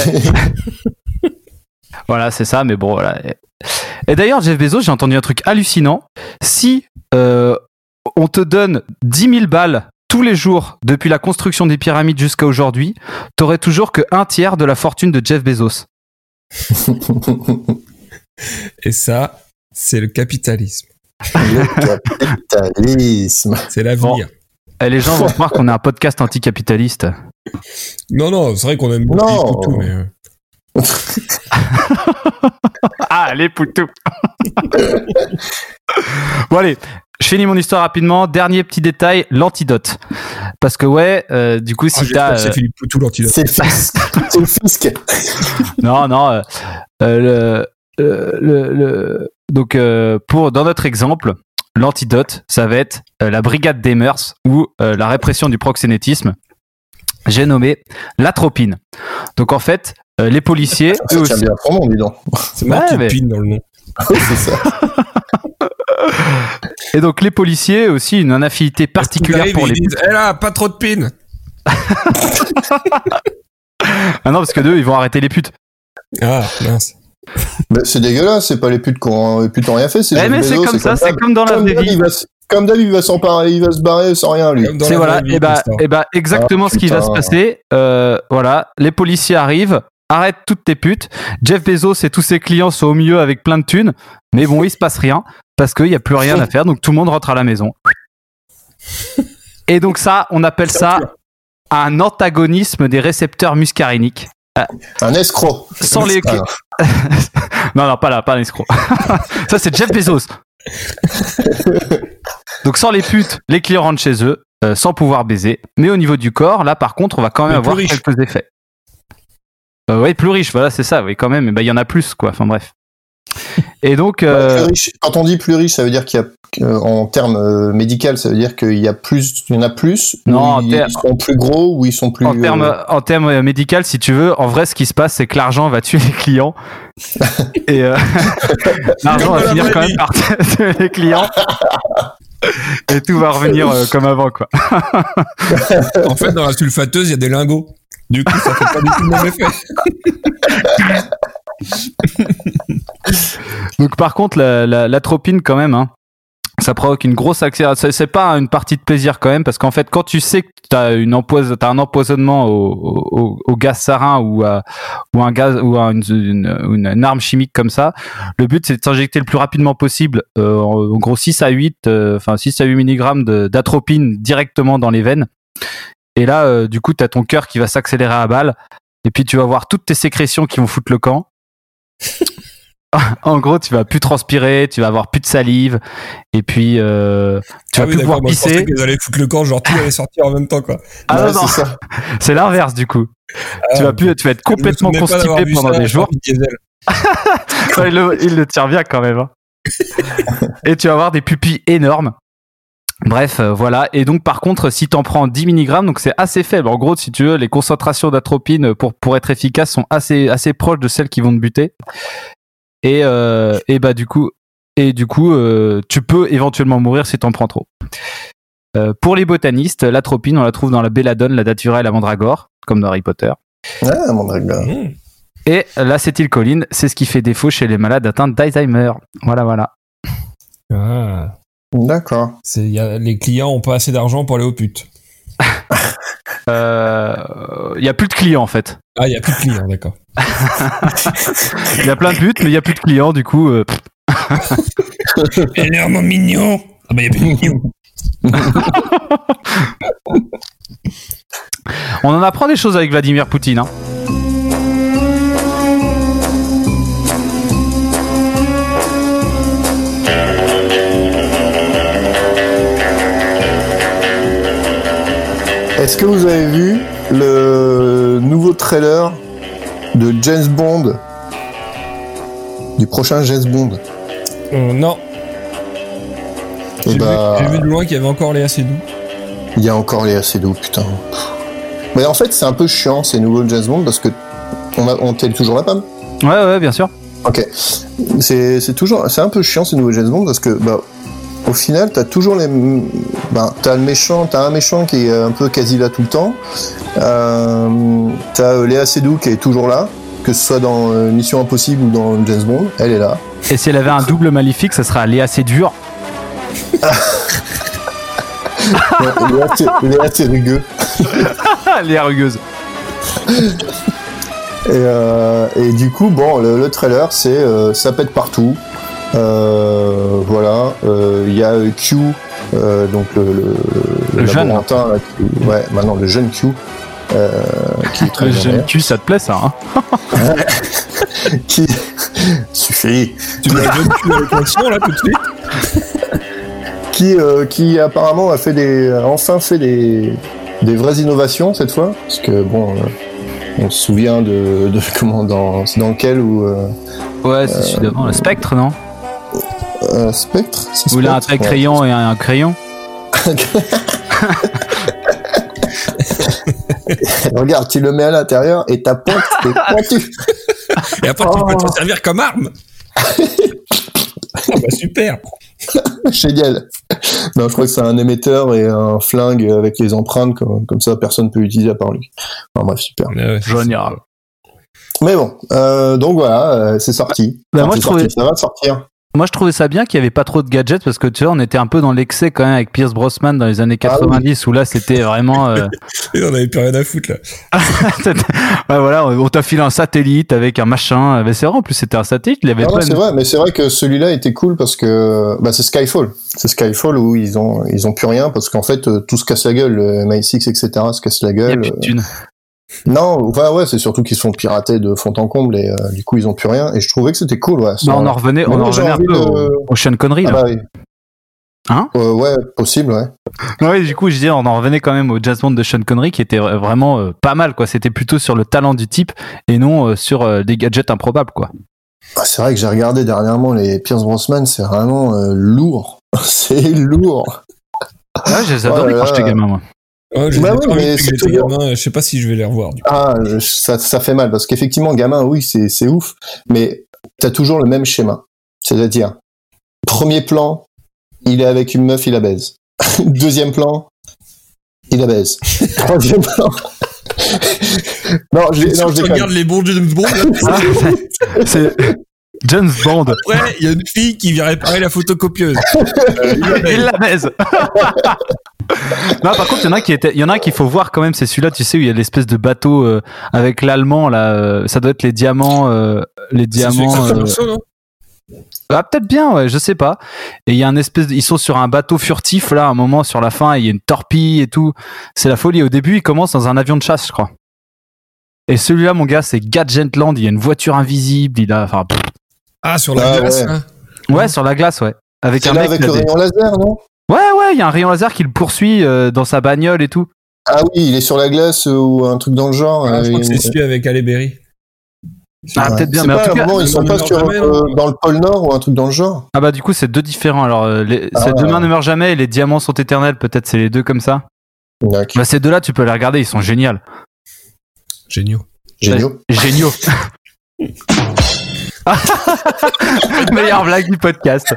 C: voilà, c'est ça, mais bon, voilà. Et d'ailleurs, Jeff Bezos, j'ai entendu un truc hallucinant. Si euh, on te donne dix mille balles tous les jours depuis la construction des pyramides jusqu'à aujourd'hui, t'aurais toujours que un tiers de la fortune de Jeff Bezos.
B: Et ça, c'est le capitalisme.
A: Le capitalisme.
B: C'est l'avenir.
C: Bon. Et les gens vont croire qu'on est un podcast anticapitaliste.
B: Non, non, c'est vrai qu'on aime beaucoup
A: Non.
B: Poutou, mais... Euh...
C: Ah, les poutous. Bon, allez, je finis mon histoire rapidement. Dernier petit détail, l'antidote. Parce que, ouais, euh, du coup, si
B: oh,
C: t'as...
B: Euh... C'est Philippe Poutou, l'antidote.
A: C'est le fisc. C'est le fisc.
C: Non, non. Euh, euh, le, le, le... Donc, euh, pour, dans notre exemple, l'antidote, ça va être euh, la brigade des mœurs ou euh, la répression du proxénétisme. J'ai nommé l'atropine. Donc, en fait, euh, les policiers...
A: Ça
C: eux
A: tient
C: aussi...
A: bien son nom, dis donc.
B: C'est moi
C: Ouais,
B: qui
C: mais...
B: pine dans le nom.
A: Oui, c'est ça.
C: Et donc, les policiers aussi une affinité particulière pour les...
B: Disent, eh là, pas trop de pine.
C: Ah non, parce que d'eux, ils vont arrêter les putes.
B: Ah, mince.
A: Mais c'est dégueulasse, c'est pas les putes qui ont, les putes ont rien fait, c'est
C: Ouais,
A: Jeff
C: mais c'est
A: Bezos,
C: comme ça, c'est
A: d'hab.
C: comme dans la
A: Comme
C: vraie
A: d'hab,
C: vie.
A: il va se- Comme d'hab, il va s'en parler, il va se barrer sans rien, lui.
B: Comme dans
C: C'est
B: la
C: voilà,
B: vraie vie,
C: et bah,
B: tout ça.
C: et bah, exactement
A: Ah,
C: ce qui va se
A: putain.
C: passer. Euh, voilà, les policiers arrivent, arrêtent toutes tes putes. Jeff Bezos et tous ses clients sont au milieu avec plein de thunes, mais bon, il se passe rien parce qu'il y a plus rien à faire, donc tout le monde rentre à la maison. Et donc ça, on appelle ça un antagonisme des récepteurs muscaréniques.
A: Un escroc.
C: Sans les...
A: Ah, non.
C: non, non, pas là, pas un escroc. Ça, c'est Jeff Bezos. Donc, sans les putes, les clients rentrent chez eux, euh, sans pouvoir baiser. Mais au niveau du corps, là, par contre, on va quand même
B: Mais
C: avoir
B: plus riche.
C: quelques effets. Euh, oui, plus riche, voilà, c'est ça, oui, quand même. Mais ben, il y en a plus, quoi. Enfin, bref. Et donc,
A: Ouais,
C: euh,
A: plus riche. Quand on dit plus riche, ça veut dire qu'il y a euh, en termes euh, médical, ça veut dire qu'il y a plus, il y en a plus.
C: Non,
A: ou ils,
C: ter-
A: ils sont plus gros ou ils sont plus.
C: En termes
A: euh,
C: en termes médical, si tu veux, en vrai, ce qui se passe, c'est que l'argent va tuer les clients et euh, l'argent va finir quand même par tuer les clients et tout va revenir euh, comme avant, quoi.
B: En fait, dans la sulfateuse, il y a des lingots. Du coup, ça fait pas du tout le même effet.
C: Donc, par contre, la, la, l'atropine, quand même, hein, ça provoque une grosse accélération. C'est pas une partie de plaisir quand même, parce qu'en fait, quand tu sais que t'as une empoise, t'as un empoisonnement au, au, au gaz sarin ou à, ou un gaz ou à une, une, une arme chimique comme ça, le but c'est de s'injecter le plus rapidement possible, euh, en gros six à huit, euh, enfin six à huit milligrammes de, d'atropine directement dans les veines. Et là, euh, du coup, t'as ton cœur qui va s'accélérer à balle, et puis tu vas voir toutes tes sécrétions qui vont foutre le camp. En gros, tu vas plus transpirer, tu vas avoir plus de salive, et puis euh, tu
B: Ah
C: vas
B: oui,
C: plus pouvoir
B: d'accord, moi, je pensais
C: pisser.
B: qu'ils allaient foutre le camp, genre tout allait sortir en même temps, quoi.
C: Ah
A: ouais,
C: non, non,
A: c'est ça.
C: c'est l'inverse du coup. tu vas plus, tu vas être complètement
B: Je me souvenais pas d'avoir
C: constipé
B: vu
C: pendant
B: ça
C: des jours.
B: dans Vin Diesel.
C: Ça, il, le, il le tire bien quand même. Hein. Et tu vas avoir des pupilles énormes. Bref, euh, voilà. Et donc, par contre, si t'en prends dix milligrammes, donc c'est assez faible. En gros, si tu veux, les concentrations d'atropine pour pour être efficaces sont assez assez proches de celles qui vont te buter. Et euh, et bah du coup et du coup, euh, tu peux éventuellement mourir si t'en prends trop. Euh, pour les botanistes, l'atropine, on la trouve dans la belladone, la datura et la mandragore, comme dans Harry Potter.
A: Ah, mon dragon.
B: Mmh.
C: Et l'acétylcholine, c'est ce qui fait défaut chez les malades atteints d'Alzheimer. Voilà, voilà.
B: Ah.
A: D'accord.
B: C'est, y a, les clients ont pas assez d'argent pour aller aux putes.
C: Il euh, y a plus de clients en fait.
B: Ah, il y a plus de clients, d'accord.
C: Il y a plein de buts, mais il y a plus de clients, du coup. Euh,
B: Énormément mignon. Ah bah, il y a plus de clients.
C: On en apprend des choses avec Vladimir Poutine. Hein.
A: Est-ce que vous avez vu le nouveau trailer de James Bond, du prochain James Bond?
B: Euh, non.
A: Et
B: J'ai,
A: bah,
B: vu, j'ai vu de loin qu'il y avait encore Léa Seydoux.
A: il y a encore les assez doux, putain. Mais en fait, c'est un peu chiant ces nouveaux James Bond parce que on, a, on t'est toujours là, Pam?
C: Ouais, ouais, bien sûr.
A: Ok. C'est, c'est toujours, c'est un peu chiant ces nouveaux James Bond parce que, bah, au final, t'as toujours les, bah, t'as le méchant, t'as un méchant qui est un peu quasi là tout le temps. Euh, t'as Léa Seydoux qui est toujours là, que ce soit dans euh, Mission Impossible ou dans James Bond, elle est là.
C: Et si elle avait un double maléfique, ça serait Léa assez dur.
A: Ouais, Léa, c'est, Léa, c'est rugueux.
C: Léa rugueuse.
A: Et, euh, et du coup, bon, le, le trailer, c'est euh, ça pète partout. Euh, voilà, il euh, y a Q, euh, donc le, le,
C: Le jeune.
A: laborantin, là, qui- ouais, maintenant le jeune Q, euh, qui est très
C: Le
A: bien
C: jeune
A: d'ailleurs.
C: cul, ça te plaît ça hein?
A: qui suffit,
B: Tu mets un jeune cul avec l'action, là, tout de suite.
A: qui, euh, qui apparemment a fait des, a enfin fait des, des vraies innovations cette fois, parce que bon, euh, on se souvient de, de comment dans, c'est dans lequel où euh,
C: Ouais, c'est celui d'avant, le Spectre, non?
A: euh, Spectre, c'est
C: Où il a un
A: Spectre,
C: trait
A: ouais.
C: crayon et un, un crayon.
A: Regarde, tu le mets à l'intérieur et ta pointe est pointue.
B: Et après, tu
A: Oh.
B: peux t'en servir comme arme. Ah bah, super.
A: Génial. Non, je crois que c'est un émetteur et un flingue avec les empreintes, comme, comme ça personne peut l'utiliser à part lui. Enfin bref, super.
B: Ouais, c'est-
C: Génial.
A: Mais bon, euh, donc voilà, euh, c'est sorti.
C: Bah,
A: Enfin,
C: moi,
A: c'est
C: je trouvais-
A: sorti, ça va sortir.
C: Moi, je trouvais ça bien qu'il n'y avait pas trop de gadgets parce que tu vois, on était un peu dans l'excès quand même avec Pierce Brosnan dans les années quatre-vingt-dix où là, c'était vraiment. Euh...
B: Et on avait plus rien à foutre, là.
C: c'était- ouais, voilà, on t'a filé un satellite avec un machin. Mais c'est vrai, en plus, c'était un satellite. Il avait
A: Non, non,
C: pas
A: c'est
C: une-
A: vrai, mais c'est vrai que celui-là était cool parce que bah, c'est Skyfall. C'est Skyfall où ils ont ils ont plus rien parce qu'en fait euh, tout se casse la gueule, le M I six, et cetera se casse la
C: Il y a
A: gueule.
C: plus de thunes.
A: Non, enfin ouais, c'est surtout qu'ils se font pirater de fond en comble et euh, du coup ils ont plus rien. Et je trouvais que c'était cool, ouais.
C: Bah, on en revenait, on
A: Mais
C: en
A: moi, j'ai
C: revenait un
A: envie
C: peu
A: de-
C: au, au Sean Connery.
A: Ah
C: Là.
A: bah oui.
C: Hein
A: Euh, ouais, possible, ouais.
C: Ouais, du coup, je dis, on en revenait quand même au James Bond de Sean Connery qui était vraiment euh, pas mal, quoi. C'était plutôt sur le talent du type et non euh, sur euh, des gadgets improbables, quoi.
A: Ah, c'est vrai que j'ai regardé dernièrement les Pierce Brosnan, c'est vraiment euh, lourd. C'est lourd.
C: Ouais, je les adorais
A: Oh là
C: quand j'étais
A: là.
C: gamin, moi.
B: Ouais, je
A: Bah
B: les ai
A: oui,
B: pas
A: mais
B: vus
A: c'est
B: depuis que j'étais
A: toujours-
B: gamin, je sais pas si je vais les revoir. Du coup.
A: Ah, je- ça, ça fait mal parce qu'effectivement, gamin, oui, c'est, c'est ouf, mais t'as toujours le même schéma. C'est-à-dire, premier plan, il est avec une meuf, il la baise. Deuxième plan, il la baise. Troisième plan. non, je,
B: C'est sûr
A: non,
B: que
A: je
B: tu
A: déconne.
B: regardes les bons James Bond. Là,
C: Ah, c'est- c'est James Bond.
B: après, il y a une fille qui vient réparer la photocopieuse. Euh, il la baise.
C: Il la baise. Non, par contre, il y en a qui étaient, il y en a qu'il faut voir quand même. C'est celui-là, tu sais, où il y a l'espèce de bateau euh, avec l'allemand là. euh, ça doit être les diamants, euh, les
B: C'est celui
C: diamants.
B: avec
C: euh,
B: Alfonso, non
C: Ah, peut-être bien, ouais, je sais pas. Et il y a un espèce, de, ils sont sur un bateau furtif là, à un moment sur la fin, il y a une torpille et tout. C'est la folie. Au début, il commence dans un avion de chasse, je crois. Et celui-là, mon gars, c'est Gadgetland. Il y a une voiture invisible. Il a, enfin, pff,
B: Ah, sur la
A: Ah,
B: glace,
A: ouais.
B: là.
C: ouais, sur la glace, ouais. Avec
A: C'est
C: un
A: là
C: mec.
A: avec
C: qui a
A: le
C: des-
A: rayon laser, non?
C: Ouais, ouais, il y a un rayon laser qui le poursuit euh, dans sa bagnole et tout.
A: Ah oui, il est sur la glace euh, ou un truc dans le genre.
B: Ah,
A: euh,
B: je crois que
A: il-
B: c'est celui avec Halle Berry.
C: Ah,
A: Ouais.
C: peut-être bien,
A: C'est
C: mais en
A: pas
C: tout
A: à un
C: cas.
A: moment, ils sont
B: Ne
A: pas
B: meurt
A: sur,
B: jamais,
A: euh,
B: non
A: dans le pôle Nord ou un truc dans le genre.
C: Ah bah du coup c'est deux différents. Alors euh, les,
A: Ah.
C: c'est Demain ne meurt jamais et les diamants sont éternels. Peut-être c'est les deux comme ça.
A: D'accord.
C: Bah ces deux-là tu peux les regarder, ils sont géniaux.
B: Géniaux.
A: Géniaux.
C: Géniaux. Meilleure blague du podcast.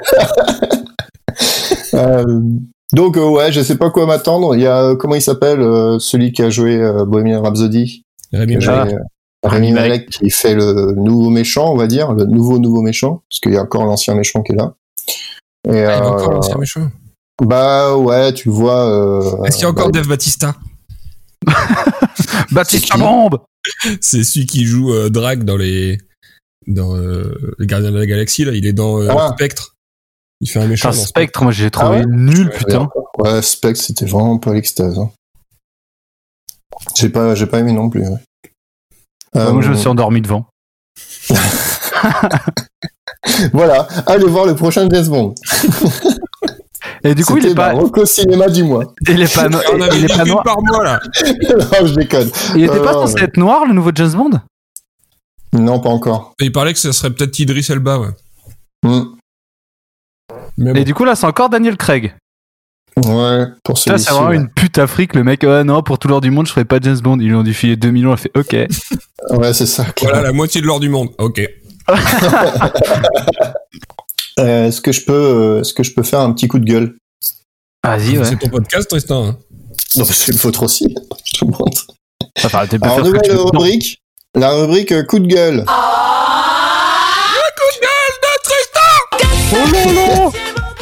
A: Euh, donc euh, ouais, je sais pas quoi m'attendre. Il y a euh, comment il s'appelle euh, celui qui a joué euh, Bohemian Rhapsody.
B: Rémi
A: Qui a
B: Malek.
A: joué, euh, Rami Malek qui fait le nouveau méchant, on va dire, le nouveau nouveau méchant, parce qu'il y a encore l'ancien méchant qui est là. Et
B: Ah, il y a encore
A: euh,
B: l'ancien méchant.
A: bah ouais, tu vois. Euh,
B: Est-ce qu'il y a encore
A: bah,
B: Dave Batista?
C: Baptiste
A: qui
C: bombe.
B: C'est celui qui joue euh, Drake dans les dans euh, les Gardiens de la Galaxie là, il est dans euh,
A: Ah.
B: Spectre. Il fait un méchant
C: Putain,
B: dans
C: Spectre, moi j'ai trouvé
A: Ah ouais
C: nul
B: Ouais,
C: putain.
A: Ouais, Spectre, c'était vraiment pas l'extase. Hein. J'ai pas, j'ai pas aimé non plus. Ouais.
C: Ouais,
A: Euh,
C: moi je me suis endormi devant.
A: Voilà, allez voir le prochain James Bond.
C: Et du coup il
A: C'était
C: est pas,
A: ma reco cinéma du mois.
C: il est pas, no-
B: On avait
C: il est
B: dit
C: pas
B: une
C: noir.
B: par mois là.
A: non, je déconne.
C: Il était pas
A: Euh,
C: censé être noir le nouveau James Bond.
A: Non, pas encore.
B: Il parlait que ce serait peut-être Idris Elba, ouais.
A: Hmm.
B: Mais
C: Et
B: bon.
C: du coup là c'est encore Daniel Craig.
A: Ouais, pour
C: Ça
A: celui-ci.
C: c'est vraiment
A: ouais.
C: une pute Afrique le mec. Ouais non pour tout l'or du monde je ferai pas James Bond. Ils lui ont dû filer deux millions. Elle fait ok.
A: Ouais, c'est ça.
B: Voilà
A: clairement.
B: la moitié de l'or du monde. Ok.
A: Euh, est-ce que je peux, euh, est-ce que je peux faire un petit coup de gueule?
C: Vas-y ouais.
B: C'est ton podcast, Tristan. Hein.
A: Non, c'est le vôtre aussi. Je te montre.
C: Enfin, t'es pas
A: Alors,
C: faire ce que
A: nouvelle
C: tu veux. Non.
A: rubrique. La rubrique euh, coup de gueule.
C: Oh non non.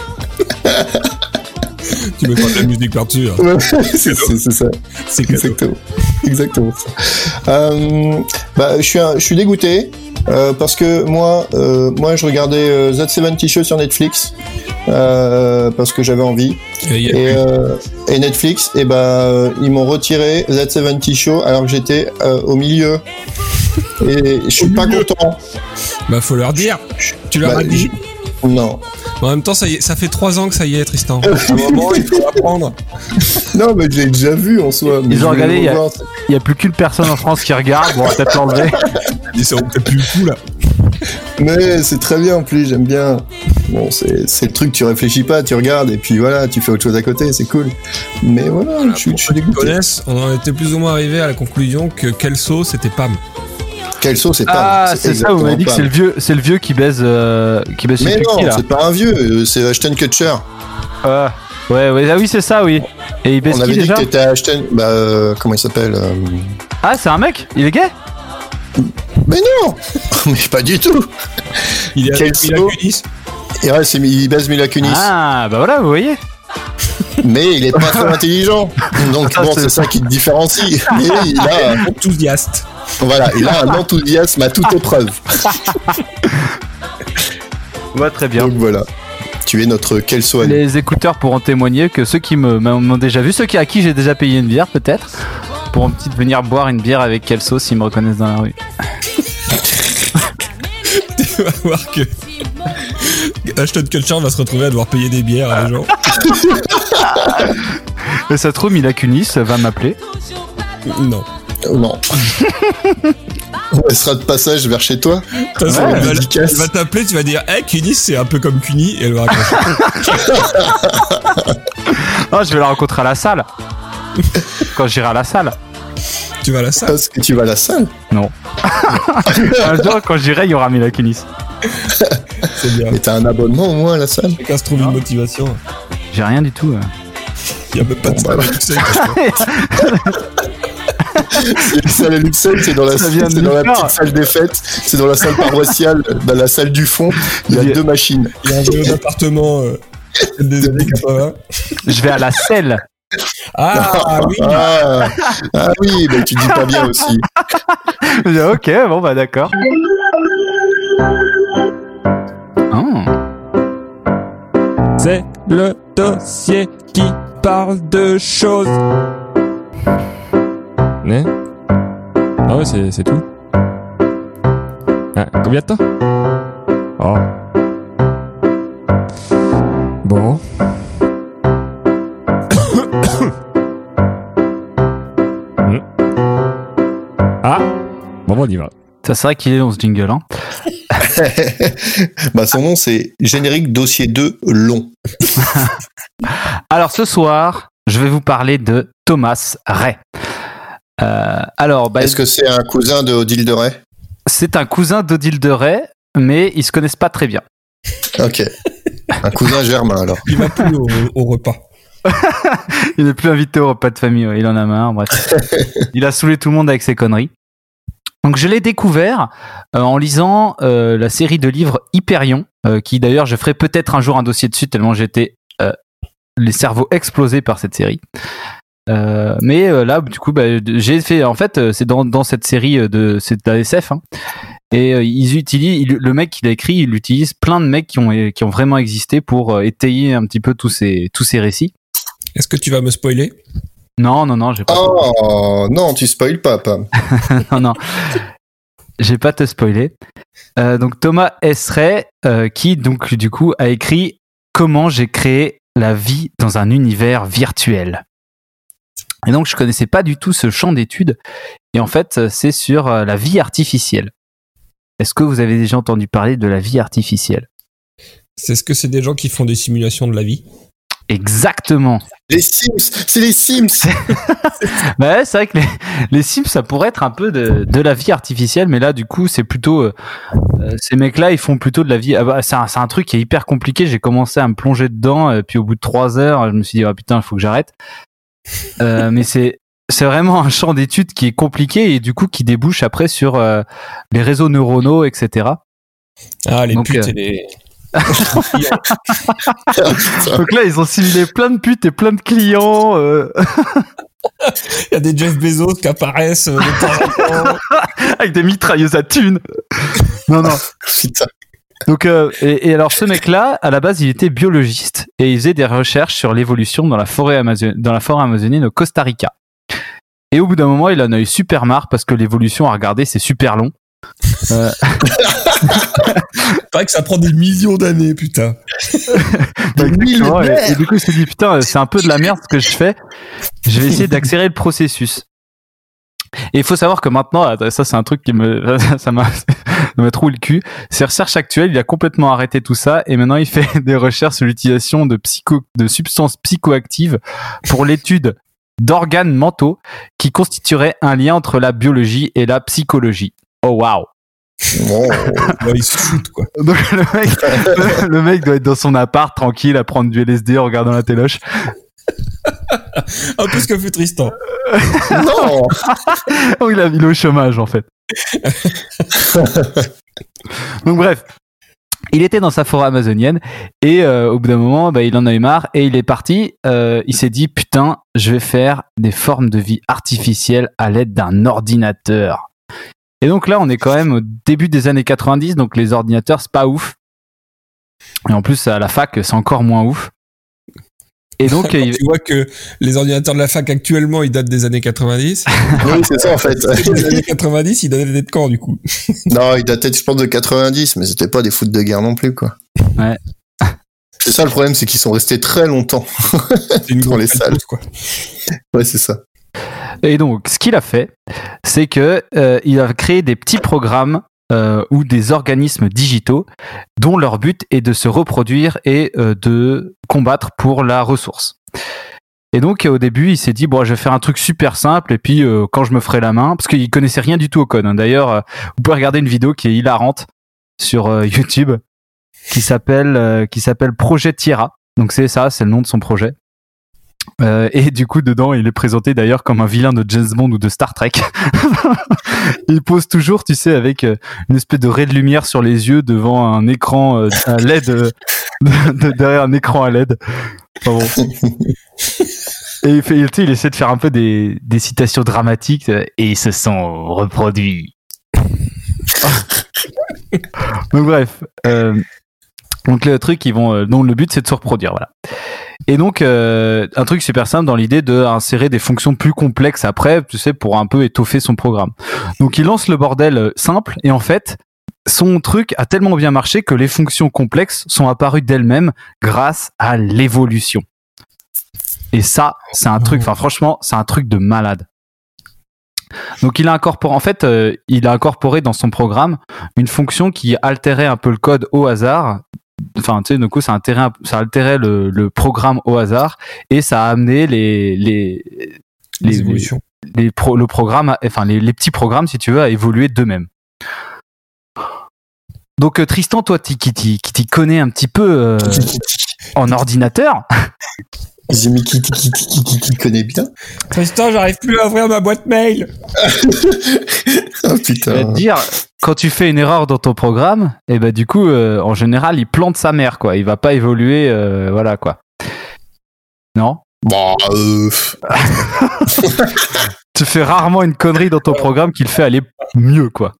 B: Tu mets pas de la musique par-dessus. Hein.
A: Ouais, c'est, c'est, c'est ça.
B: C'est cadeau.
A: Exactement. Exactement ça. Euh, bah, je suis, un- je suis dégoûté euh, parce que moi, euh, moi, je regardais euh, That seventy Show sur Netflix euh, parce que j'avais envie.
B: Et il y a-
A: Et, euh, et Netflix, et bah, euh, ils m'ont retiré That seventy Show alors que j'étais euh, au milieu. Et je suis
B: Au
A: pas
B: milieu.
A: content.
B: Bah faut leur dire. Tu leur
A: Bah,
B: as dit.
A: Non.
B: En même temps, ça y est, ça fait trois ans que ça y est, Tristan. À un moment, il faut apprendre.
A: Non, mais j'ai déjà vu en soi. mais
C: Ils
A: je
C: ont
A: vais
C: regardé,
A: le
C: il y a-
A: revoir.
C: Il y a plus qu'une personne en France qui regarde. Bon on va peut-être l'enlever.
B: Ils sont peut-être plus fous là.
A: Mais c'est très bien en plus, j'aime bien. Bon, c'est, c'est le truc, tu réfléchis pas, tu regardes et puis voilà, tu fais autre chose à côté, c'est cool. Mais voilà, je, suis-
B: Pour
A: je
B: ceux
A: suis
B: qui me
A: dégoûté.
B: connaissent, on en était plus ou moins arrivé à la conclusion que Kelso c'était Pam.
A: Kelso, c'est pas.
C: Ah c'est ça. Vous m'avez dit que c'est le vieux, c'est le vieux qui baise, euh, qui baise. je sais
A: Mais
C: plus
A: non,
C: qui, là.
A: c'est pas un vieux, euh, c'est Ashton Kutcher.
C: Ah, ouais, ouais, ah oui, c'est ça, oui. Et il baisse
A: On
C: qui
A: avait dit
C: déjà
A: que t'étais Ashton. Bah, euh, comment il s'appelle euh,
C: Ah, c'est un mec. Il est gay.
A: Mais non Mais pas du tout.
B: Il est avec
A: Kelso.
B: Mila Kunis.
A: Et ouais, c'est, il baise Mila Kunis.
C: Ah, bah voilà, vous voyez.
A: Mais il est pas très intelligent. Donc
C: Ah,
A: bon,
C: c'est-
A: c'est ça qui te différencie. Mais il a,
B: Enthousiaste.
A: voilà, il a un enthousiasme à toute épreuve.
C: Ouais, très bien.
A: Donc voilà. Tu es notre Kelso. ami.
C: Les écouteurs pourront témoigner que ceux qui me m'ont déjà vu, ceux qui à qui j'ai déjà payé une bière peut-être, pourront peut-être venir boire une bière avec Kelso s'ils me reconnaissent dans la rue.
B: Tu vas voir que Ashton Kutcher va se retrouver à devoir payer des bières à des gens.
C: Et ça se trouve, Mila Kunis va m'appeler.
B: Non.
A: Non. Elle sera de passage vers chez toi.
B: De toute façon,
C: Ouais,
B: elle va,
A: dédicace.
B: elle va t'appeler, tu vas dire, hey, Cuny, c'est un peu comme Cuny, et elle va raccrocher.
C: Ah, je vais la rencontrer à la salle. Quand j'irai à la salle.
B: Tu vas à la salle.
A: Parce que tu vas à la salle.
C: Non. Un jour, quand j'irai, il y aura Mila Kunis.
B: C'est bien.
A: Mais t'as un abonnement au moins à la salle.
B: Chacun se trouve une motivation.
C: J'ai rien du tout. euh.
B: Il n'y a même pas de
A: Bon, bah,
B: salle, tu sais, parce que-
A: C'est la salle à Luxeuil, c'est dans la,
C: Ça vient de
A: c'est dans la
C: nulle part.
A: petite salle des fêtes, c'est dans la salle paroissiale, dans la salle du fond, il y a
C: Il y a-
A: deux machines.
B: Il y a un vélo d'appartement euh, des années quatre-vingts.
C: Je vais à la selle.
B: Ah oui.
A: Ah, ah oui, mais tu dis pas bien aussi.
C: Je dis, ok, bon bah d'accord. Oh.
B: C'est le dossier qui parle de choses. Mais ah ouais, c'est, c'est tout. Ah, combien de temps? Oh. Bon. Hmm. Ah. Bon, bon, on y va.
C: Ça serait qu'il est dans ce jingle, hein.
A: Bah, son nom, c'est Générique Dossier deux long.
C: Alors ce soir, je vais vous parler de Thomas Ray. Euh, alors, bah,
A: Est-ce que c'est un cousin de Odile de Ray?
C: c'est un cousin d'Odile de Ray, mais ils se connaissent pas très bien.
A: Ok. Un cousin germain, alors.
B: Il va plus au, au repas.
C: Il n'est plus invité au repas de famille, ouais, il en a marre, bref. Il a saoulé tout le monde avec ses conneries. Donc je l'ai découvert euh, en lisant euh, la série de livres Hyperion, euh, qui d'ailleurs je ferai peut-être un jour un dossier dessus, tellement j'étais euh, les cerveaux explosés par cette série. Euh, mais euh, là, du coup, bah, j'ai fait. En fait, euh, c'est dans, dans cette série de c'est de la S F, hein, et euh, ils utilisent il- le mec qui l'a écrit, il utilise plein de mecs qui ont qui ont vraiment existé pour euh, étayer un petit peu tous ces tous ces récits.
B: Est-ce que tu vas me spoiler?
C: Non, non, non, j'ai pas.
A: Oh, non, tu spoil pas, Pam.
C: non, non. J'ai pas te spoiler. Euh, donc Thomas S. Ray, euh, qui donc du coup a écrit Comment j'ai créé la vie dans un univers virtuel. Et donc je connaissais pas du tout ce champ d'études. Et en fait, c'est sur euh, la vie artificielle. Est-ce que vous avez déjà entendu parler de la vie artificielle?
B: C'est ce que c'est des gens qui font des simulations de la vie?
C: Exactement.
A: Les Sims, c'est les Sims.
C: Bah ouais, c'est vrai que les, les Sims, ça pourrait être un peu de, de la vie artificielle, mais là, du coup, c'est plutôt euh, euh, ces mecs-là, ils font plutôt de la vie. Ah bah, c'est un, c'est un truc qui est hyper compliqué. J'ai commencé à me plonger dedans, et puis au bout de trois heures, je me suis dit ah putain, il faut que j'arrête. Euh, mais c'est c'est vraiment un champ d'études qui est compliqué et du coup qui débouche après sur euh, les réseaux neuronaux, et cetera.
B: Ah, les
C: Donc,
B: putes
C: euh,
B: et les...
C: Donc là, ils ont simulé plein de putes et plein de clients. Euh...
B: Il y a des Jeff Bezos qui apparaissent euh, de temps en temps.
C: avec des mitrailleuses à thunes. Non, non.
A: Putain.
C: Donc, euh, et, et alors ce mec-là, à la base, il était biologiste et il faisait des recherches sur l'évolution dans la forêt amazon- dans la forêt amazonienne au Costa Rica. Et au bout d'un moment, il en a eu super marre parce que l'évolution à regarder, c'est super long. Euh,
B: C'est vrai que ça prend des millions d'années, putain.
C: bah, exactement, et, et du coup, il s'est dit putain, c'est un peu de la merde ce que je fais. Je vais essayer d'accélérer le processus. Et il faut savoir que maintenant, ça c'est un truc qui me, ça m'a, ça m'a troué le cul. Ses recherches actuelles, il a complètement arrêté tout ça et maintenant il fait des recherches sur l'utilisation de psycho, de substances psychoactives pour l'étude d'organes mentaux qui constitueraient un lien entre la biologie et la psychologie. Oh waouh!
A: Bon.
B: Ouais, ils se foutent, quoi.
C: Donc le mec, le, le mec doit être dans son appart tranquille à prendre du L S D en regardant la téloche.
B: Un peu ce que fait Tristan.
A: Non.
C: Oh, il, a, il est au chômage en fait. Donc bref, il était dans sa forêt amazonienne et euh, au bout d'un moment, bah, il en a eu marre et il est parti. Euh, il s'est dit putain, je vais faire des formes de vie artificielles à l'aide d'un ordinateur. Et donc là, on est quand même au début des années quatre-vingt-dix, donc les ordinateurs, c'est pas ouf. Et en plus, à la fac, c'est encore moins ouf. Et donc,
B: Quand
C: il...
B: tu vois que les ordinateurs de la fac actuellement, ils datent des années quatre-vingt-dix.
A: Oui, c'est ça en fait.
B: Les années quatre-vingt-dix, ils dataient de quand, du coup?
A: Non, il datait, je pense, de quatre-vingt-dix, mais c'était pas des foot de guerre non plus, quoi.
C: Ouais.
A: C'est ça le problème, c'est qu'ils sont restés très longtemps
B: C'est une
A: dans
B: grosse
A: les salles.
B: pause, quoi.
A: Ouais, c'est ça.
C: Et donc, ce qu'il a fait, c'est que euh, il a créé des petits programmes euh, ou des organismes digitaux dont leur but est de se reproduire et euh, de combattre pour la ressource. Et donc, au début, il s'est dit, bon, je vais faire un truc super simple, et puis euh, quand je me ferai la main, parce qu'il connaissait rien du tout au code. Hein. D'ailleurs, euh, vous pouvez regarder une vidéo qui est hilarante sur euh, YouTube, qui s'appelle euh, qui s'appelle Projet Tierra. Donc c'est ça, c'est le nom de son projet. Euh, et du coup, dedans, il est présenté d'ailleurs comme un vilain de James Bond ou de Star Trek. Il pose toujours, tu sais, avec euh, une espèce de raie de lumière sur les yeux devant un écran euh, à L E D, euh, de, de, derrière un écran à L E D. Enfin bon. Et il, fait, tu sais, il essaie de faire un peu des, des citations dramatiques euh, et ils se sont reproduits. Donc bref, euh, donc le truc, ils vont, euh, dont le but c'est de se reproduire, voilà. Et donc euh, un truc super simple dans l'idée d'insérer des fonctions plus complexes après, tu sais, pour un peu étoffer son programme. Donc il lance le bordel simple et en fait, son truc a tellement bien marché que les fonctions complexes sont apparues d'elles-mêmes grâce à l'évolution. Et ça, c'est un truc, enfin franchement, c'est un truc de malade. Donc il a incorporé, en fait, euh, il a incorporé dans son programme une fonction qui altérait un peu le code au hasard. Enfin, tu sais, du coup, ça altérait, ça altérait le, le programme au hasard et ça a amené les les
B: Les,
C: les,
B: évolutions.
C: les, les pro, le programme, à, enfin les, les petits programmes, si tu veux, à évoluer d'eux-mêmes. Donc euh, Tristan, toi, qui t'y, qui t'y connais un petit peu euh, en ordinateur.
A: J'ai mis qui, qui, qui, qui, qui, qui connaît bien.
B: Tristan, j'arrive plus à ouvrir ma boîte mail.
A: Oh
C: Je
A: putain.
C: vais te dire, quand tu fais une erreur dans ton programme, et ben du coup, euh, en général, il plante sa mère, quoi. Il va pas évoluer, euh, voilà, quoi. Non?
A: Bon, euh...
C: Tu fais rarement une connerie dans ton programme qui le fait aller mieux, quoi.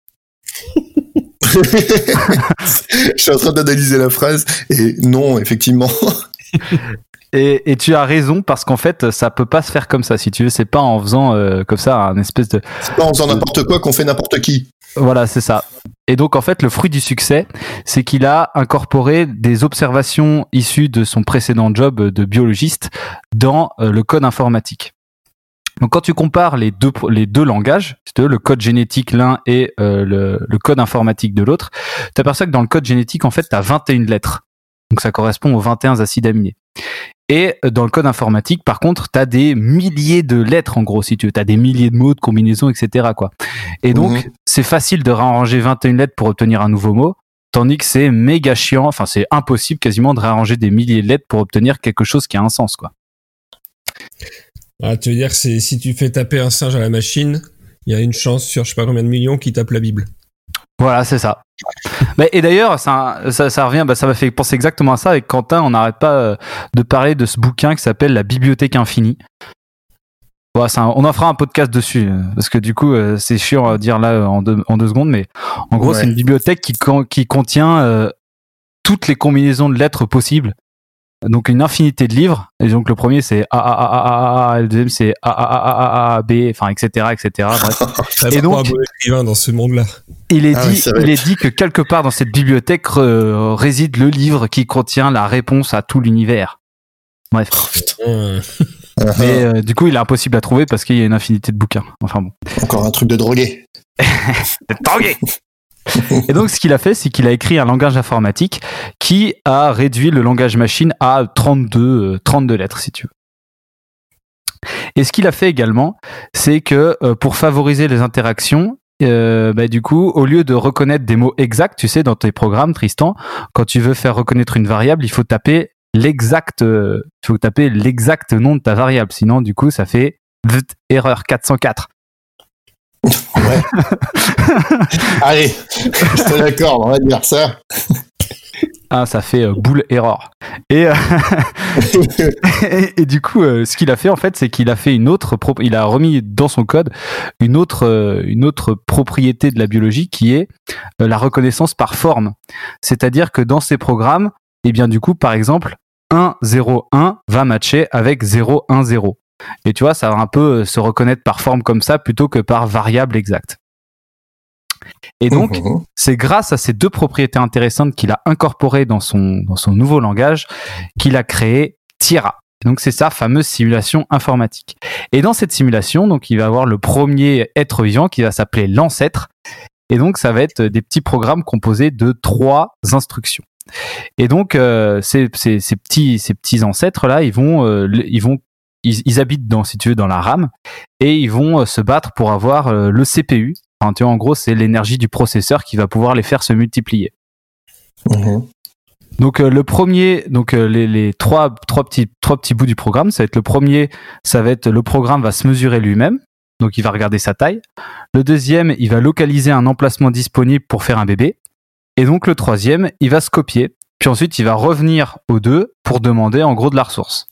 A: Je suis en train d'analyser la phrase et non, effectivement.
C: Et, et tu as raison parce qu'en fait, ça peut pas se faire comme ça. Si tu veux, c'est pas en faisant euh, comme ça un espèce de.
A: C'est pas en faisant n'importe quoi qu'on fait n'importe qui.
C: Voilà, c'est ça. Et donc, en fait, le fruit du succès, c'est qu'il a incorporé des observations issues de son précédent job de biologiste dans euh, le code informatique. Donc, quand tu compares les deux, les deux langages, c'est-à-dire le code génétique l'un et euh, le, le code informatique de l'autre, tu t'aperçois que dans le code génétique, en fait, tu as vingt et une lettres. Donc, ça correspond aux vingt et un acides aminés. Et dans le code informatique, par contre, tu as des milliers de lettres, en gros, si tu veux. Tu as des milliers de mots, de combinaisons, et cetera, quoi. Et donc, mmh. c'est facile de réarranger vingt et une lettres pour obtenir un nouveau mot, tandis que c'est méga chiant, enfin, c'est impossible quasiment de réarranger des milliers de lettres pour obtenir quelque chose qui a un sens, quoi.
B: Ah, tu veux dire que c'est, si tu fais taper un singe à la machine, il y a une chance sur je sais pas combien de millions qui tape la Bible.
C: Voilà, c'est ça. bah, et d'ailleurs, ça, ça, ça revient, bah, ça m'a fait penser exactement à ça. Avec Quentin, on n'arrête pas de parler de ce bouquin qui s'appelle La Bibliothèque Infinie. Voilà, ça, on en fera un podcast dessus, parce que du coup, c'est chiant à dire là en deux, en deux secondes, mais en gros, ouais. C'est une bibliothèque qui, qui contient euh, toutes les combinaisons de lettres possibles. Donc une infinité de livres, et donc le premier c'est A A A A A A, le deuxième c'est A A A A A A B, enfin et cetera et cetera. Bref.
B: Et donc un bon écrivain dans ce monde-là.
C: Il est ah dit, oui, il est dit que quelque part dans cette bibliothèque euh, réside le livre qui contient la réponse à tout l'univers. Bref.
A: Oh, putain.
C: Mais euh, du coup il est impossible à trouver parce qu'il y a une infinité de bouquins. Enfin bon.
A: Encore un truc de drogué.
C: De drogué. Et donc, ce qu'il a fait, c'est qu'il a écrit un langage informatique qui a réduit le langage machine à trente-deux, trente-deux lettres, si tu veux. Et ce qu'il a fait également, c'est que euh, pour favoriser les interactions, euh, bah, du coup, au lieu de reconnaître des mots exacts, tu sais, dans tes programmes, Tristan, quand tu veux faire reconnaître une variable, il faut taper l'exact, euh, il faut taper l'exact nom de ta variable. Sinon, du coup, ça fait vt, erreur quatre cent quatre.
A: Ouais. Allez, je te l'accorde, on va dire ça.
C: Ah, ça fait euh, boule error. Et, euh, et, et du coup, euh, ce qu'il a fait en fait, c'est qu'il a fait une autre, pro- il a remis dans son code une autre, euh, une autre propriété de la biologie qui est euh, la reconnaissance par forme. C'est-à-dire que dans ces programmes, eh bien du coup, par exemple, un zéro un va matcher avec zéro un zéro. Et tu vois, ça va un peu se reconnaître par forme comme ça plutôt que par variable exacte. Et donc, mmh. c'est grâce à ces deux propriétés intéressantes qu'il a incorporées dans son, dans son nouveau langage qu'il a créé Tierra. Donc c'est sa fameuse simulation informatique. Et dans cette simulation, donc il va avoir le premier être vivant qui va s'appeler l'ancêtre. Et donc ça va être des petits programmes composés de trois instructions. Et donc euh, ces, ces, ces petits ces petits ancêtres là, ils vont euh, ils vont ils, ils habitent dans si tu veux dans la RAM et ils vont euh, se battre pour avoir euh, le C P U. Enfin, tu vois, en gros, c'est l'énergie du processeur qui va pouvoir les faire se multiplier.
A: Mmh.
C: Donc euh, le premier, donc euh, les, les trois trois petits trois petits bouts du programme, ça va être le premier, ça va être le programme va se mesurer lui-même, donc il va regarder sa taille. Le deuxième, il va localiser un emplacement disponible pour faire un bébé. Et donc le troisième, il va se copier, puis ensuite il va revenir aux deux pour demander en gros de la ressource.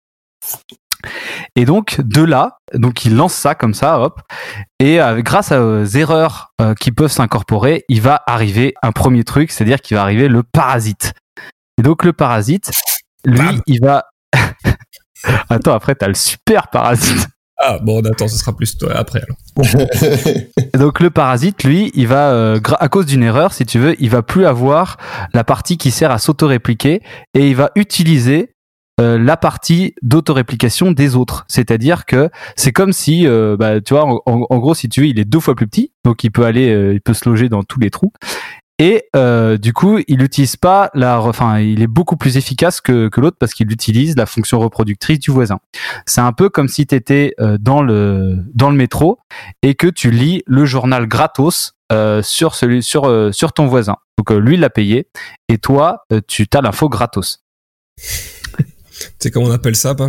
C: Et donc de là, donc il lance ça comme ça, hop, et euh, grâce aux erreurs euh, qui peuvent s'incorporer, il va arriver un premier truc, c'est-à-dire qu'il va arriver le parasite. Et donc le parasite, lui, Bam. il va... Attends, après t'as le super parasite.
B: Ah bon, attends, ce sera plus toi après alors.
C: Donc le parasite, lui, il va euh, gra- à cause d'une erreur, si tu veux, il va plus avoir la partie qui sert à s'auto-répliquer et il va utiliser euh, la partie d'auto-réplication des autres. C'est-à-dire que c'est comme si, euh, bah, tu vois, en, en gros, si tu veux, il est deux fois plus petit, donc il peut aller, euh, il peut se loger dans tous les trous. Et euh, du coup, il n'utilise pas la, enfin, il est beaucoup plus efficace que que l'autre parce qu'il utilise la fonction reproductrice du voisin. C'est un peu comme si tu étais euh, dans le dans le métro et que tu lis le journal gratos euh, sur celui sur euh, sur ton voisin. Donc euh, lui il l'a payé et toi euh, tu t'as l'info gratos.
B: Tu sais comment on appelle ça, pas?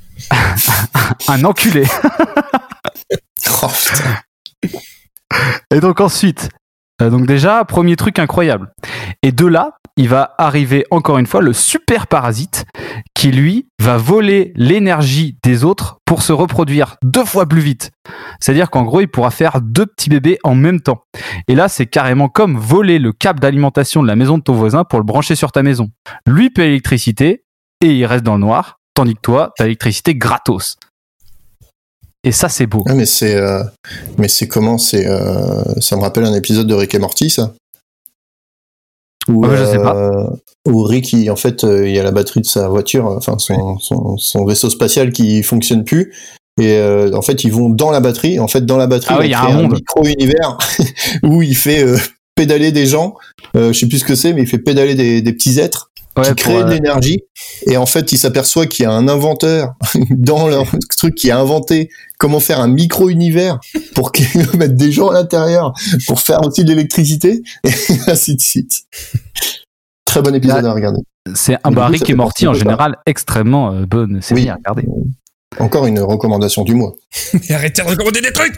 C: Un enculé.
A: Oh, putain.
C: Et donc ensuite. Euh, donc déjà, premier truc incroyable. Et de là, il va arriver encore une fois le super parasite qui, lui, va voler l'énergie des autres pour se reproduire deux fois plus vite. C'est-à-dire qu'en gros, il pourra faire deux petits bébés en même temps. Et là, c'est carrément comme voler le câble d'alimentation de la maison de ton voisin pour le brancher sur ta maison. Lui paie l'électricité et il reste dans le noir, tandis que toi, t'as l'électricité gratos. Et ça, c'est beau.
A: Ah, mais c'est, euh, mais c'est comment c'est, euh, ça me rappelle un épisode de Rick et Morty, ça. Où,
C: ah, mais je sais pas.
A: Euh, où Rick, il, en fait, euh, il y a la batterie de sa voiture, enfin son, son, son vaisseau spatial qui fonctionne plus. Et euh, en fait, ils vont dans la batterie. En fait, dans la batterie,
C: ah,
A: il
C: oui,
A: y a un, un micro-univers où il fait euh, pédaler des gens. Euh, je sais plus ce que c'est, mais il fait pédaler des, des petits êtres. Ouais, qui crée de l'énergie, et en fait il s'aperçoit qu'il y a un inventeur dans leur truc qui a inventé comment faire un micro-univers pour mettre des gens à l'intérieur pour faire aussi de l'électricité, et ainsi de suite. Très bon épisode Là, à regarder.
C: C'est un bah, Rick et Morty en général extrêmement euh, bonne série oui. à regarder.
A: Encore une recommandation du mois.
B: Mais arrêtez de recommander des trucs.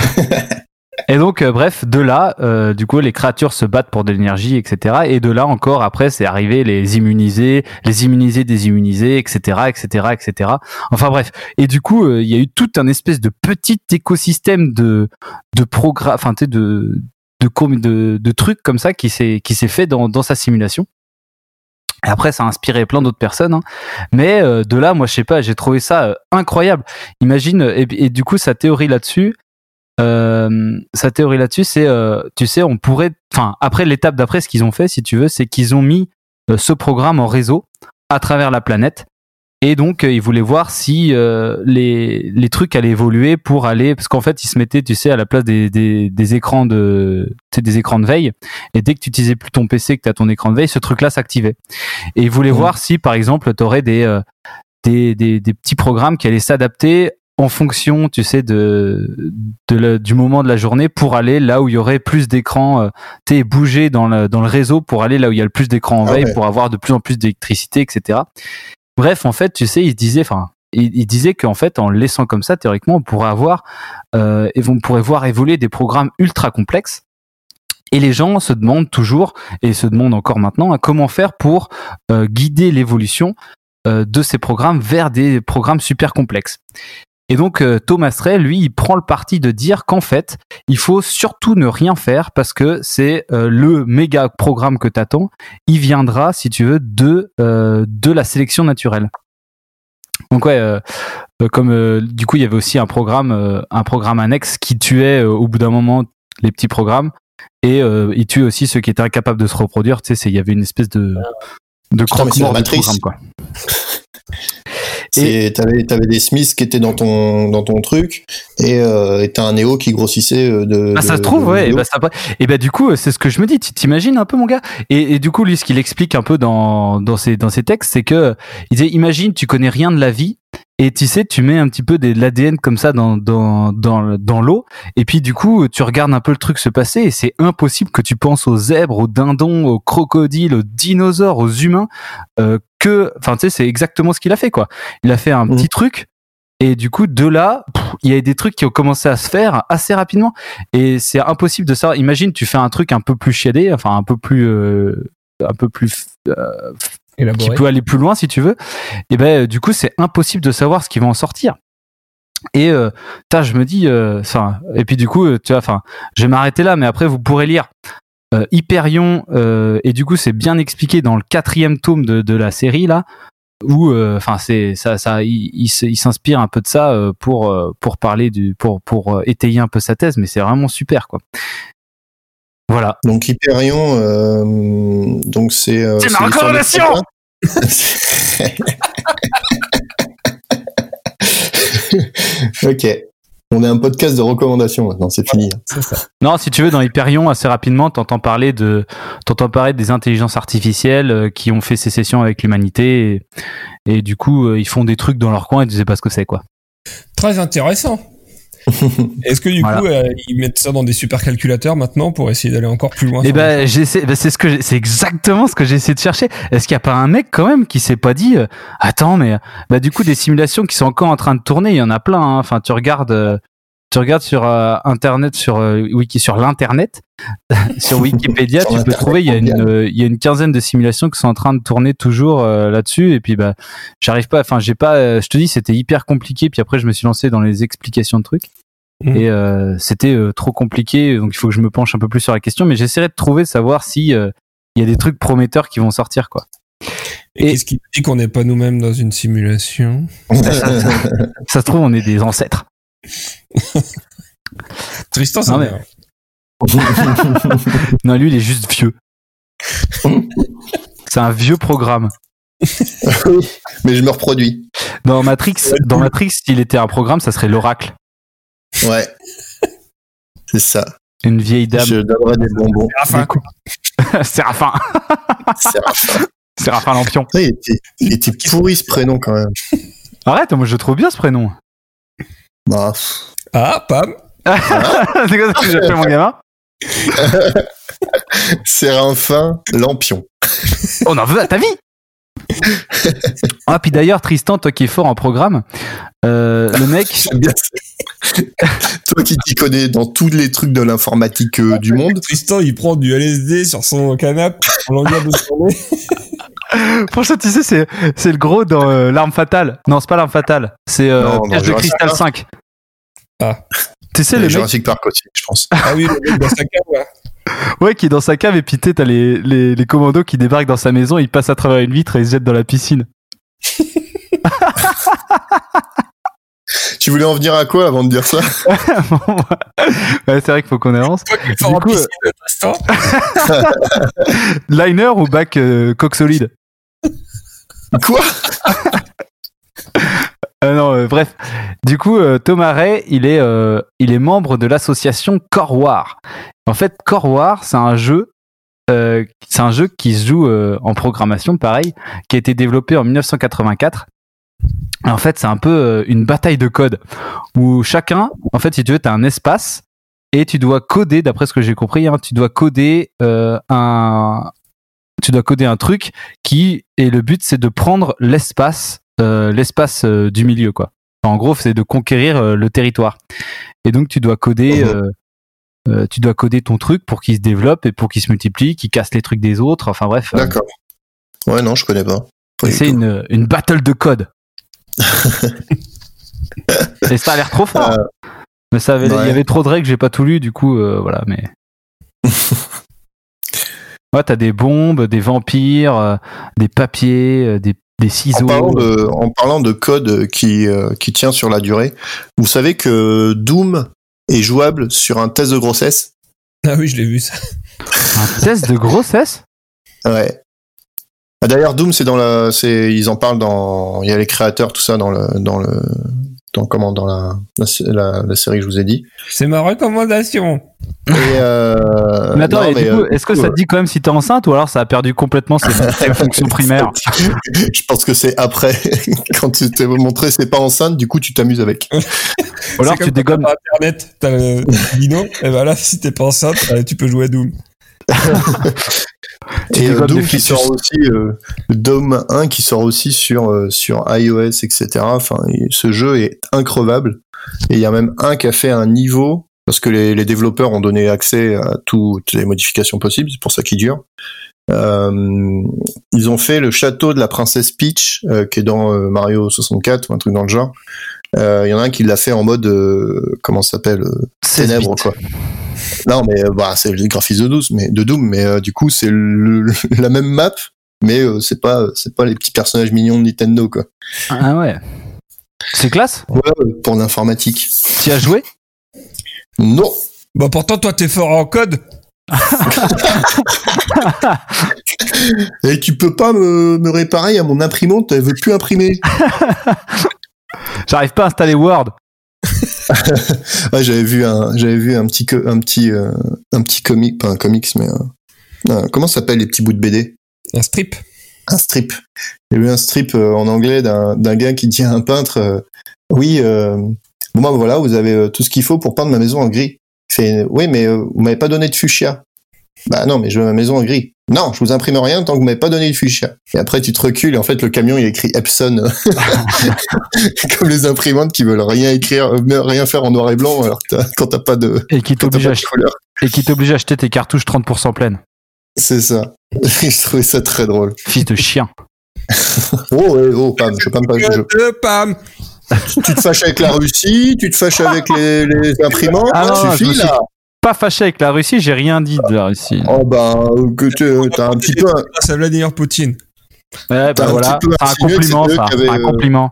C: Et donc, euh, bref, de là, euh, du coup, les créatures se battent pour de l'énergie, et cetera. Et de là encore, après, c'est arrivé les immunisés, les immunisés, désimmunisés, et cetera, et cetera, et cetera. Enfin bref. Et du coup, il euh, y a eu tout un espèce de petit écosystème de de programme, enfin, tu sais, de de, de de trucs comme ça qui s'est qui s'est fait dans dans sa simulation. Et après, ça a inspiré plein d'autres personnes, hein. Mais euh, de là, moi, je sais pas, j'ai trouvé ça euh, incroyable. Imagine, et, et du coup, sa théorie là-dessus. Euh, sa théorie là-dessus, c'est, euh, tu sais, on pourrait, enfin, après l'étape d'après, ce qu'ils ont fait, si tu veux, c'est qu'ils ont mis euh, ce programme en réseau à travers la planète, et donc euh, ils voulaient voir si euh, les les trucs allaient évoluer pour aller, parce qu'en fait, ils se mettaient, tu sais, à la place des des, des écrans de, tu sais, des écrans de veille, et dès que tu utilisais plus ton P C, que t'as ton écran de veille, ce truc-là s'activait. Et ils voulaient mmh. voir si, par exemple, t'aurais des euh, des des des petits programmes qui allaient s'adapter en fonction, tu sais, de, de le, du moment de la journée pour aller là où il y aurait plus d'écrans, euh, tu sais, bouger dans le, dans le réseau pour aller là où il y a le plus d'écrans en veille, ah ouais. pour avoir de plus en plus d'électricité, et cetera. Bref, en fait, tu sais, il disait, enfin, il, il disait qu'en fait, en le laissant comme ça, théoriquement, on pourrait avoir, euh, et on pourrait voir évoluer des programmes ultra complexes. Et les gens se demandent toujours, et se demandent encore maintenant, comment faire pour euh, guider l'évolution euh, de ces programmes vers des programmes super complexes. Et donc euh, Thomas Ray, lui, il prend le parti de dire qu'en fait, il faut surtout ne rien faire parce que c'est euh, le méga programme que t'attends. Il viendra, si tu veux, de euh, de la sélection naturelle. Donc ouais, euh, comme euh, du coup il y avait aussi un programme, euh, un programme annexe qui tuait euh, au bout d'un moment les petits programmes et euh, il tuait aussi ceux qui étaient incapables de se reproduire. Tu sais, c'est, il y avait une espèce de de croque-mort du programme, quoi.
A: C'est, et t'avais, t'avais des Smiths qui étaient dans ton, dans ton truc, et, euh, et t'as un Neo qui grossissait de.
C: Ah, ça
A: de,
C: se trouve,
A: de,
C: ouais.
A: de
C: Et bah, ça, et bah, du coup, c'est ce que je me dis. T'imagines un peu, mon gars. Et, et du coup, lui, ce qu'il explique un peu dans, dans ses, dans ses textes, c'est que, il disait, imagine, tu connais rien de la vie. Et tu sais, tu mets un petit peu de l'A D N comme ça dans, dans, dans, dans l'eau. Et puis, du coup, tu regardes un peu le truc se passer et c'est impossible que tu penses aux zèbres, aux dindons, aux crocodiles, aux dinosaures, aux humains, euh, que, enfin, tu sais, c'est exactement ce qu'il a fait, quoi. Il a fait un mmh. petit truc. Et du coup, de là, il y a des trucs qui ont commencé à se faire assez rapidement. Et c'est impossible de savoir. Imagine, tu fais un truc un peu plus chiadé, enfin, un peu plus, euh, un peu plus, euh, élaboré, qui peut aller plus loin si tu veux. Et ben, du coup, c'est impossible de savoir ce qui va en sortir. Et, euh, je me dis, enfin, euh, et puis du coup, tu vois, enfin, je vais m'arrêter là, mais après, vous pourrez lire. Euh, Hyperion, euh, et du coup, c'est bien expliqué dans le quatrième tome de, de la série, là. Où enfin euh, c'est ça ça il, il, il s'inspire un peu de ça euh, pour euh, pour parler du pour pour euh, étayer un peu sa thèse, mais c'est vraiment super, quoi. Voilà.
A: Donc Hyperion, euh, donc c'est euh,
C: c'est, c'est ma recommandation.
A: Ok. On est un podcast de recommandations maintenant, c'est fini.
B: C'est ça.
C: Non, si tu veux, dans Hyperion, assez rapidement, t'entends parler de, t'entends parler des intelligences artificielles euh, qui ont fait sécession avec l'humanité et, et du coup, euh, ils font des trucs dans leur coin et tu sais pas ce que c'est, quoi.
B: Très intéressant. Est-ce que du voilà. coup, euh, ils mettent ça dans des supercalculateurs maintenant pour essayer d'aller encore plus loin?
C: Eh ben, j'essaie, ben, c'est ce que, j'ai, c'est exactement ce que j'ai essayé de chercher. Est-ce qu'il y a pas un mec quand même qui s'est pas dit, euh, attends, mais bah du coup des simulations qui sont encore en train de tourner, il y en a plein. Hein. Enfin, tu regardes, euh, tu regardes sur euh, internet, sur euh, wiki, sur l'internet, sur Wikipédia, tu peux trouver, il y a une, euh, il y a une quinzaine de simulations qui sont en train de tourner toujours euh, là-dessus. Et puis bah, j'arrive pas, enfin, j'ai pas, euh, je te dis, c'était hyper compliqué. Puis après, je me suis lancé dans les explications de trucs. Mmh. Et euh, c'était euh, trop compliqué, donc il faut que je me penche un peu plus sur la question, mais j'essaierai de trouver, savoir si euh, il y a des trucs prometteurs qui vont sortir, quoi.
B: Et, et qu'est-ce qui dit qu'on n'est pas nous-mêmes dans une simulation?
C: ça, ça, ça, ça se trouve, on est des ancêtres.
B: Tristan, ça.
C: Non, mais... non, lui, il est juste vieux. C'est un vieux programme.
A: Oui, mais je me reproduis.
C: Dans Matrix, dans Matrix, s'il était un programme, ça serait l'Oracle.
A: Ouais, c'est ça.
C: Une vieille dame.
A: Je donnerais des bonbons.
C: Séraphin. Séraphin.
A: Séraphin.
C: Séraphin Lampion.
A: Ouais, il était, il était pourri ce prénom quand même.
C: Arrête, moi je trouve bien ce prénom.
A: Bah.
B: Ah, Pam.
A: Ah.
C: C'est comme ça que j'appelle mon gamin.
A: Séraphin Lampion.
C: On en veut à ta vie. Ah, puis d'ailleurs, Tristan, toi qui es fort en programme, euh, le mec.
A: J'aime bien ça. Toi qui t'y connais dans tous les trucs de l'informatique euh, du monde.
B: Tristan, il prend du L S D sur son canapé en longueur de journée.
C: Pour ça, tu sais, c'est, c'est le gros dans euh, L'Arme Fatale. Non, c'est pas L'Arme Fatale. C'est euh, non, Piège de Cristal cinq.
B: Ah.
C: Tu sais, le mec.
A: Jurassic Park aussi, je pense.
B: Ah oui, le mec dans sa cave, là.
C: Ouais, qui est dans sa cave et puis t'as les, les, les commandos qui débarquent dans sa maison, ils passent à travers une vitre et ils se jettent dans la piscine.
A: Tu voulais en venir à quoi avant de dire ça?
C: Bon, ouais, c'est vrai qu'il faut qu'on avance.
B: Du coup, piscine,
C: euh... Liner ou bac euh, coque solide?
A: Quoi?
C: Euh, non, euh, bref. Du coup, euh, Thomas Ray, il est, euh, il est membre de l'association Core War. En fait, Core War, c'est un jeu, euh, c'est un jeu qui se joue euh, en programmation, pareil, qui a été développé en dix-neuf cent quatre-vingt-quatre. Et en fait, c'est un peu euh, une bataille de code où chacun, en fait, si tu veux, t'as un espace et tu dois coder, d'après ce que j'ai compris, hein, tu dois coder euh, un, tu dois coder un truc qui, et le but, c'est de prendre l'espace. Euh, l'espace euh, du milieu, quoi. Enfin, en gros, c'est de conquérir euh, le territoire. Et donc, tu dois coder, euh, euh, tu dois coder ton truc pour qu'il se développe et pour qu'il se multiplie, qu'il casse les trucs des autres. Enfin bref.
A: D'accord. Euh... Ouais, non, je connais pas.
C: pas c'est une, une battle de code. Et ça a l'air trop fort. Euh... Mais ça avait, il ouais. y avait trop de règles, j'ai pas tout lu, du coup, euh, voilà. Mais ouais, t'as des bombes, des vampires, euh, des papiers, euh, des des ciseaux.
A: En parlant de, en parlant de code qui, euh, qui tient sur la durée, vous savez que Doom est jouable sur un test de grossesse?
B: Ah oui, je l'ai vu ça.
C: Un test de grossesse?
A: Ouais. Ah, d'ailleurs, Doom, c'est dans la, c'est, ils en parlent dans, il y a les créateurs, tout ça dans le, dans le, dans comment, dans la, la, la, la série que je vous ai dit.
B: C'est ma recommandation.
A: Et euh,
C: mais attends,
A: non,
C: et
A: mais,
C: du coup,
A: euh,
C: est-ce que ça te dit quand même si t'es enceinte ou alors ça a perdu complètement ses, ses fonctions primaires?
A: Je pense que c'est après, quand tu t'es montré c'est pas enceinte, du coup tu t'amuses avec.
C: Ou alors
B: C'est
C: tu
B: comme quand
C: dégommes.
B: t'as Internet, t'as le Dino, et ben là, si t'es pas enceinte, euh, tu peux jouer à Doom.
C: Tu
A: Et euh,
C: dégommes
A: Doom
C: des
A: qui
C: fœtus.
A: sort aussi, euh, Doom un qui sort aussi sur euh, sur iOS, et cetera. Enfin, et ce jeu est increvable. Et il y a même un qui a fait un niveau parce que les, les développeurs ont donné accès à toutes les modifications possibles. C'est pour ça qu'il dure. Euh, ils ont fait le château de la princesse Peach euh, qui est dans euh, Mario soixante-quatre ou un truc dans le genre. Il euh, y en a un qui l'a fait en mode euh, comment ça s'appelle euh, ténèbres quoi. Non mais euh, bah c'est le graphisme de Doom mais de Doom mais euh, du coup c'est le, la même map mais euh, c'est pas c'est pas les petits personnages mignons de Nintendo quoi.
C: Ah ouais. C'est classe.
A: Ouais, pour l'informatique.
C: Tu as joué?
A: Non.
B: Bah pourtant, toi, t'es fort en code.
A: Et tu peux pas me, me réparer à mon imprimante, elle veut plus imprimer.
C: J'arrive pas à installer Word.
A: Ouais, j'avais vu un j'avais vu un petit co- un petit euh, un petit comic, pas un comics mais un, un- comment ça s'appelle les petits bouts de B D?
B: Un strip.
A: Un strip. J'ai vu un strip euh, en anglais d'un d'un gars qui dit à un peintre euh, oui euh, bon ben voilà, vous avez euh, tout ce qu'il faut pour peindre ma maison en gris. Il fait oui mais euh, vous m'avez pas donné de fuchsia. Bah non, mais je veux ma maison en gris. Non, je vous imprime rien tant que vous m'avez pas donné de fuchsia. Et après tu te recules et en fait le camion il écrit Epson comme les imprimantes qui veulent rien écrire, euh, rien faire en noir et blanc alors que t'as, quand t'as pas de
C: Et qui
A: quand t'as
C: t'oblige
A: pas
C: à,
A: de couleur.
C: et qui t'oblige à acheter tes cartouches trente pour cent pleines.
A: C'est ça. Je trouvais ça très drôle.
C: Fils de chien.
A: Oh ouais, oh Pam, je peux pas me je...
B: Euh, Pam.
A: Tu te fâches avec la Russie, tu te fâches avec les, les imprimantes,
C: Ah non,
A: ça
C: je
A: suffit
C: me suis-
A: là.
C: Pas fâché avec la Russie, j'ai rien dit de la Russie.
A: Oh ben que tu t'as un petit peu un-
B: C'est Vladimir Poutine.
C: Ouais,
A: t'as
C: bah
A: un
C: voilà,
A: petit peu
C: c'est un
A: insinué que
C: compliment
A: c'est eux
C: ça,
A: qui avaient,
C: un
A: euh,
C: compliment.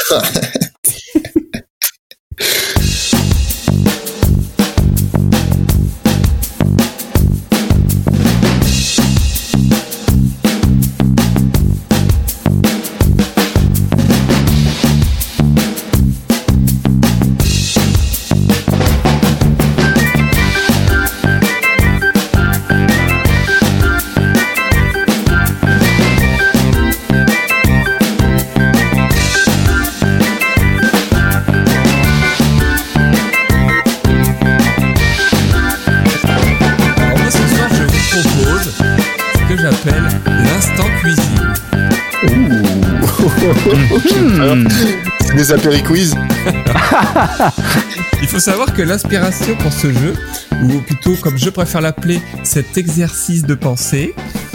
B: Alors moi, ce soir, je vous propose ce que j'appelle l'instant cuisine.
C: Hmm.
A: c'est des apériquiz.
B: Il faut savoir que l'inspiration pour ce jeu, ou plutôt comme je préfère l'appeler, cet exercice de pensée,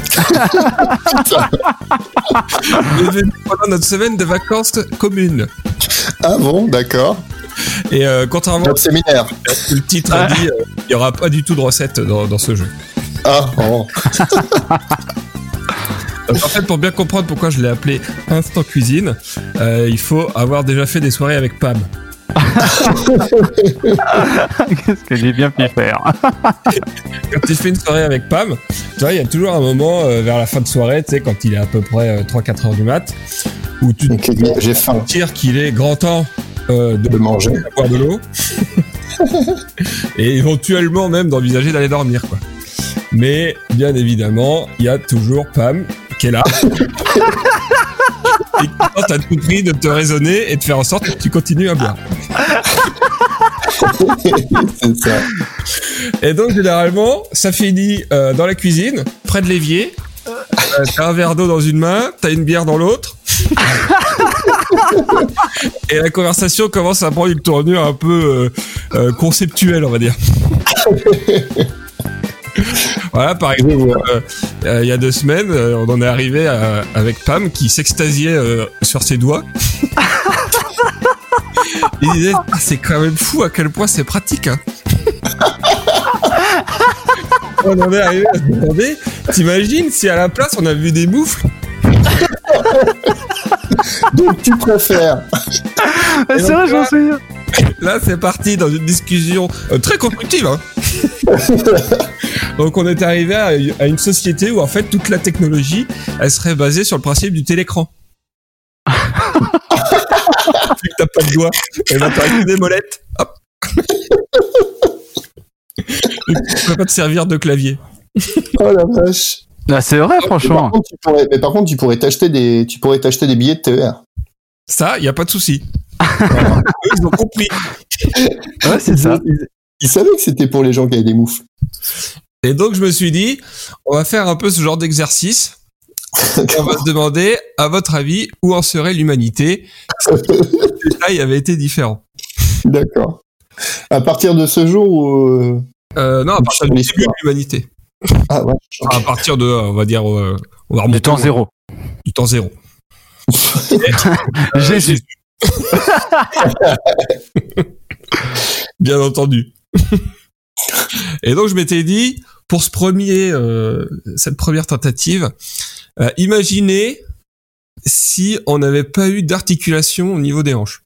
B: est venu pendant notre semaine de vacances commune.
A: Ah bon, d'accord.
B: Et euh, contrairement à
A: Notre séminaire.
B: ce que le titre a dit, euh, il n'y aura pas du tout de recette dans, dans ce jeu.
A: Ah oh.
B: Donc, en fait, pour bien comprendre pourquoi je l'ai appelé Instant Cuisine, euh, il faut avoir déjà fait des soirées avec Pam.
C: Qu'est-ce que j'ai bien pu faire.
B: Quand tu fais une soirée avec Pam, tu vois, il y a toujours un moment euh, vers la fin de soirée, tu sais, quand il est à peu près euh, trois quatre heures du mat, où tu
A: Ok, j'ai faim
B: te tires qu'il est grand temps euh, de
A: de manger.
B: boire de l'eau et éventuellement même d'envisager d'aller dormir, quoi. Mais bien évidemment, il y a toujours Pam qui est là et qui tente à tout prix de te raisonner et de faire en sorte que tu continues à boire.
A: C'est ça.
B: Et donc généralement, ça finit euh, dans la cuisine, près de l'évier. Euh, t'as un verre d'eau dans une main, t'as une bière dans l'autre. Et la conversation commence à prendre une tournure un peu euh, euh, conceptuelle, on va dire. Voilà, par exemple, euh, euh, il y a deux semaines, euh, on en est arrivé à- avec Pam qui s'extasiait euh, sur ses doigts. Il disait, ah, c'est quand même fou à quel point c'est pratique, hein. On en est arrivé à se demander, t'imagines si à la place on a vu des moufles?
A: Donc tu préfères.
C: C'est vrai, j'en souviens.
B: Là, c'est parti dans une discussion euh, très constructive, hein. Donc on est arrivé à, à une société où en fait toute la technologie, elle serait basée sur le principe du télécran. Vu que t'as pas de doigts, et ben t'as des molettes, hop. Tu peux pas te servir de clavier.
A: Oh la vache.
C: Ah, c'est vrai, franchement.
A: Mais par contre, tu pourrais, mais par contre, tu pourrais t'acheter des, tu pourrais t'acheter des billets de T E R.
B: Ça, y a pas de souci. Ils ont compris.
C: Ouais, c'est ça.
A: Ils, ils savaient que c'était pour les gens qui avaient des moufles.
B: Et donc je me suis dit, on va faire un peu ce genre d'exercice. On va se demander, à votre avis, où en serait l'humanité si les détails avaient été différents.
A: D'accord. À partir de ce jour où... Euh...
B: Euh, non, à partir du début de l'humanité.
A: Ah ouais.
B: Enfin, à partir de, on va dire, euh, on va remonter
C: Du temps
B: loin.
C: zéro.
B: Du temps zéro.
C: Euh, Jésus.
B: Bien entendu. Et donc je m'étais dit, pour ce premier, euh, cette première tentative, euh, imaginez si on n'avait pas eu d'articulation au niveau des hanches.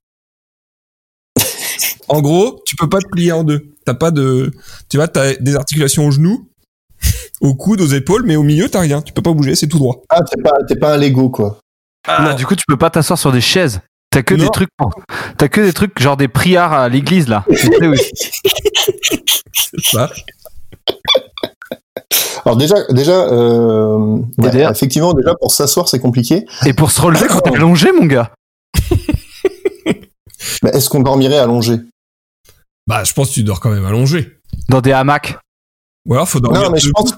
B: En gros, tu peux pas te plier en deux. T'as pas de, tu vois, t'as des articulations aux genoux, aux coudes, aux épaules, mais au milieu t'as rien. Tu peux pas bouger, c'est tout droit.
A: Ah, t'es pas, t'es pas un Lego, quoi.
C: Ah, du coup, tu peux pas t'asseoir sur des chaises. T'as que
B: Non.
C: des trucs, t'as que des trucs genre des prières à l'église là. Tu sais, oui.
B: C'est ça.
A: Alors déjà, déjà, euh,
C: D D R.
A: ouais, effectivement, déjà pour s'asseoir c'est compliqué.
C: Et pour se relever quand t'es allongé, mon gars.
A: Mais est-ce qu'on dormirait allongé?
B: Bah, je pense que tu dors quand même allongé.
C: Dans des hamacs.
B: Ou alors faut dormir.
A: Non, mais je
B: debout.
A: pense.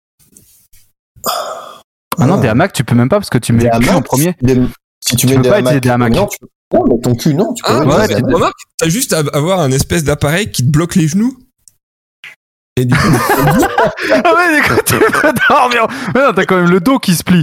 C: Ah non, des hamacs, tu peux même pas parce que tu mets
A: Des
C: le cul
A: hamacs,
C: en premier.
A: des- Si tu,
C: Tu
A: mets
C: peux
A: des
C: pas
A: hamacs,
C: utiliser des hamacs.
A: Non, tu peux... non, mais ton cul, non. Tu peux
B: Ah,
A: utiliser
B: ouais,
A: des
B: tu
A: hamacs.
B: remarques, t'as juste à avoir un espèce d'appareil qui te bloque les genoux. Et du coup,
C: Ah ouais, mais quand tu peux dormir. Mais non, t'as quand même le dos qui se plie.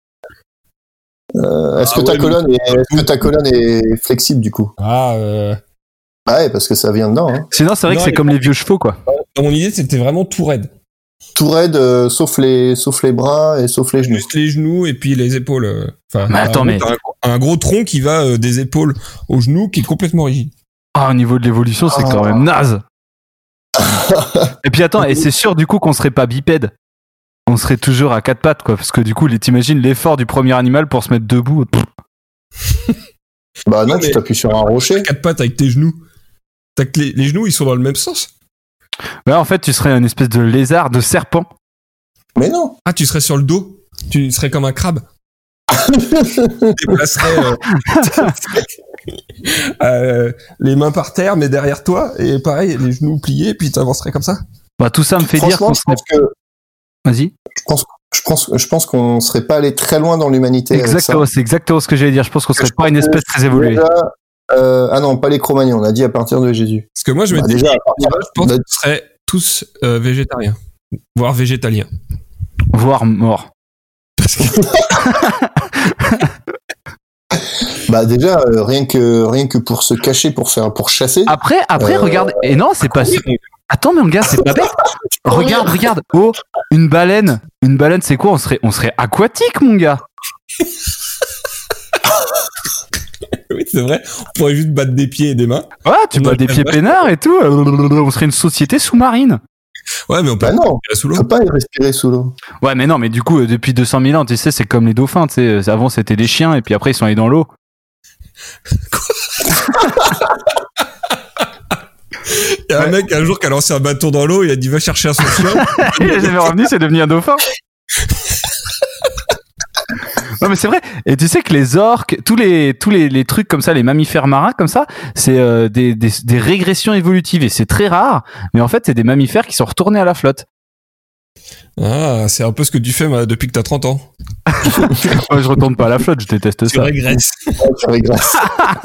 A: Euh, est-ce
B: Ah
A: que ta
B: ouais,
A: colonne est, est-ce que ta colonne est flexible du coup?
B: ah, euh,
A: Ah ouais, parce que ça vient dedans. Hein.
C: Sinon, c'est vrai
B: Non,
C: que c'est
B: il-
C: comme les vieux chevaux, quoi.
B: dans mon idée, c'était vraiment tout raide.
A: Tout raide, euh, sauf les, sauf les bras et sauf les genoux.
B: Juste les genoux et puis les épaules. euh, Enfin,
C: Mais attends,
B: en
C: mais-
B: gros, t'as un, un gros tronc qui va euh, des épaules aux genoux, qui est complètement rigide.
C: Ah, au niveau de l'évolution, c'est
A: Ah.
C: quand même naze. Et puis attends, et c'est sûr du coup qu'on serait pas bipède. On serait toujours à quatre pattes, quoi. Parce que du coup, les- t'imagines l'effort du premier animal pour se mettre debout. Pff.
A: Bah non,
B: Ouais,
A: tu
B: mais-
A: t'appuies sur un rocher.
B: Quatre pattes avec tes genoux. T'as que les, les genoux, ils sont dans le même sens.
C: Ouais, en fait, tu serais une espèce de lézard, de serpent.
A: Mais non.
B: Ah, tu serais sur le dos. Tu serais comme un crabe. Tu déplacerais euh, euh, les mains par terre, mais derrière toi, et pareil, les genoux pliés, puis t'avancerais comme ça.
C: Bah, tout ça me fait dire
A: Franchement,
C: qu'on
A: je
C: serait...
A: pense que
C: Vas-y.
A: je pense, je pense, je pense qu'on serait pas allé très loin dans l'humanité. avec ça.
C: Exactement, c'est exactement ce que j'allais dire. Je pense qu'on serait
A: Je
C: pas une
A: pense que
C: espèce très évoluée.
A: Déjà, euh, ah non, pas les Cro-Magnons. On a dit à partir de Jésus.
B: Parce que moi, je me
A: Bah,
B: dis,
A: déjà, à partir
B: je pense
A: de-
B: qu'on serait tous euh, végétariens, voire végétaliens.
C: Voire mort.
A: bah déjà, euh, rien que rien que pour se cacher, pour faire, pour chasser.
C: Après, après,
A: Euh,
C: regarde. Et non, c'est pas sûr. Attends, mais mon gars, c'est pas bête. Regarde, regarde. Oh, une baleine. Une baleine, c'est quoi? On serait, on serait aquatique, mon gars.
B: Oui, c'est vrai. On pourrait juste battre des pieds et des mains.
C: Ouais, tu
B: On
C: bats
B: aurait
C: des
B: pas
C: pieds
B: de
C: peinards et tout. On serait une société sous-marine.
B: Ouais, mais on peut
A: Bah non,
B: respirer sous
A: on
B: l'eau.
A: peut pas y respirer sous l'eau.
C: Ouais, mais non, mais du coup, euh, depuis deux cent mille ans, tu sais, c'est comme les dauphins, tu sais. Avant, c'était des chiens, et puis après, ils sont allés dans l'eau.
B: Il y a un mec un jour qui a lancé un bâton dans l'eau, il a dit va chercher un son chien.
C: Il est jamais revenu, c'est devenu un dauphin. Non, mais c'est vrai. Et tu sais que les orques, tous les, tous les, les trucs comme ça, les mammifères marins comme ça, c'est euh, des, des, des régressions évolutives. Et c'est très rare, mais en fait, c'est des mammifères qui sont retournés à la flotte.
B: Ah, c'est un peu ce que tu fais moi, depuis que t'as trente ans.
C: Moi, je retourne pas à la flotte, je déteste
B: Tu
C: ça.
B: régresses.
A: Ouais, tu régresses.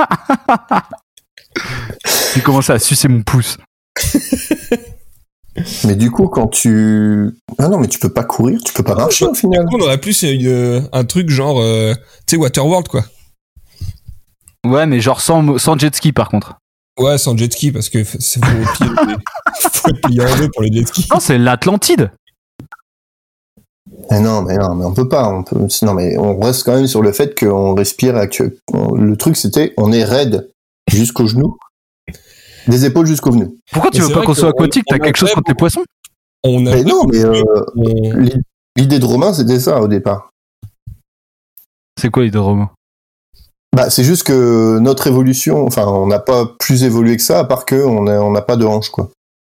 C: J'ai commencé à sucer mon pouce.
A: Mais du coup, quand tu... Ah non, mais tu peux pas courir, tu peux pas marcher au final.
B: On aurait plus une- un truc genre, euh, tu sais, Waterworld, quoi.
C: Ouais, mais genre sans, sans jet ski, par contre.
B: Ouais, sans jet ski, parce que c'est faut, plier- faut être plié en deux pour le jet ski.
C: Non, c'est l'Atlantide.
A: Mais non, mais non, mais on peut pas. On peut... Non, mais on reste quand même sur le fait qu'on respire. actu- on- Le truc, c'était, on est raide jusqu'aux genoux, des épaules jusqu'aux genoux.
C: Pourquoi tu
B: Mais
C: veux
B: c'est
C: pas
B: vrai
C: qu'on
B: que
C: soit
B: on-
C: aquatique?
B: on
C: T'as quelque chose
B: aimerait
C: contre les poissons?
B: On a
A: Mais non, mais euh,
B: on-
A: l'i- l'idée de Romain, c'était ça au départ.
C: C'est quoi l'idée de Romain?
A: Bah, c'est juste que notre évolution, enfin, on n'a pas plus évolué que ça, à part que on a- on n'a pas de hanches, quoi.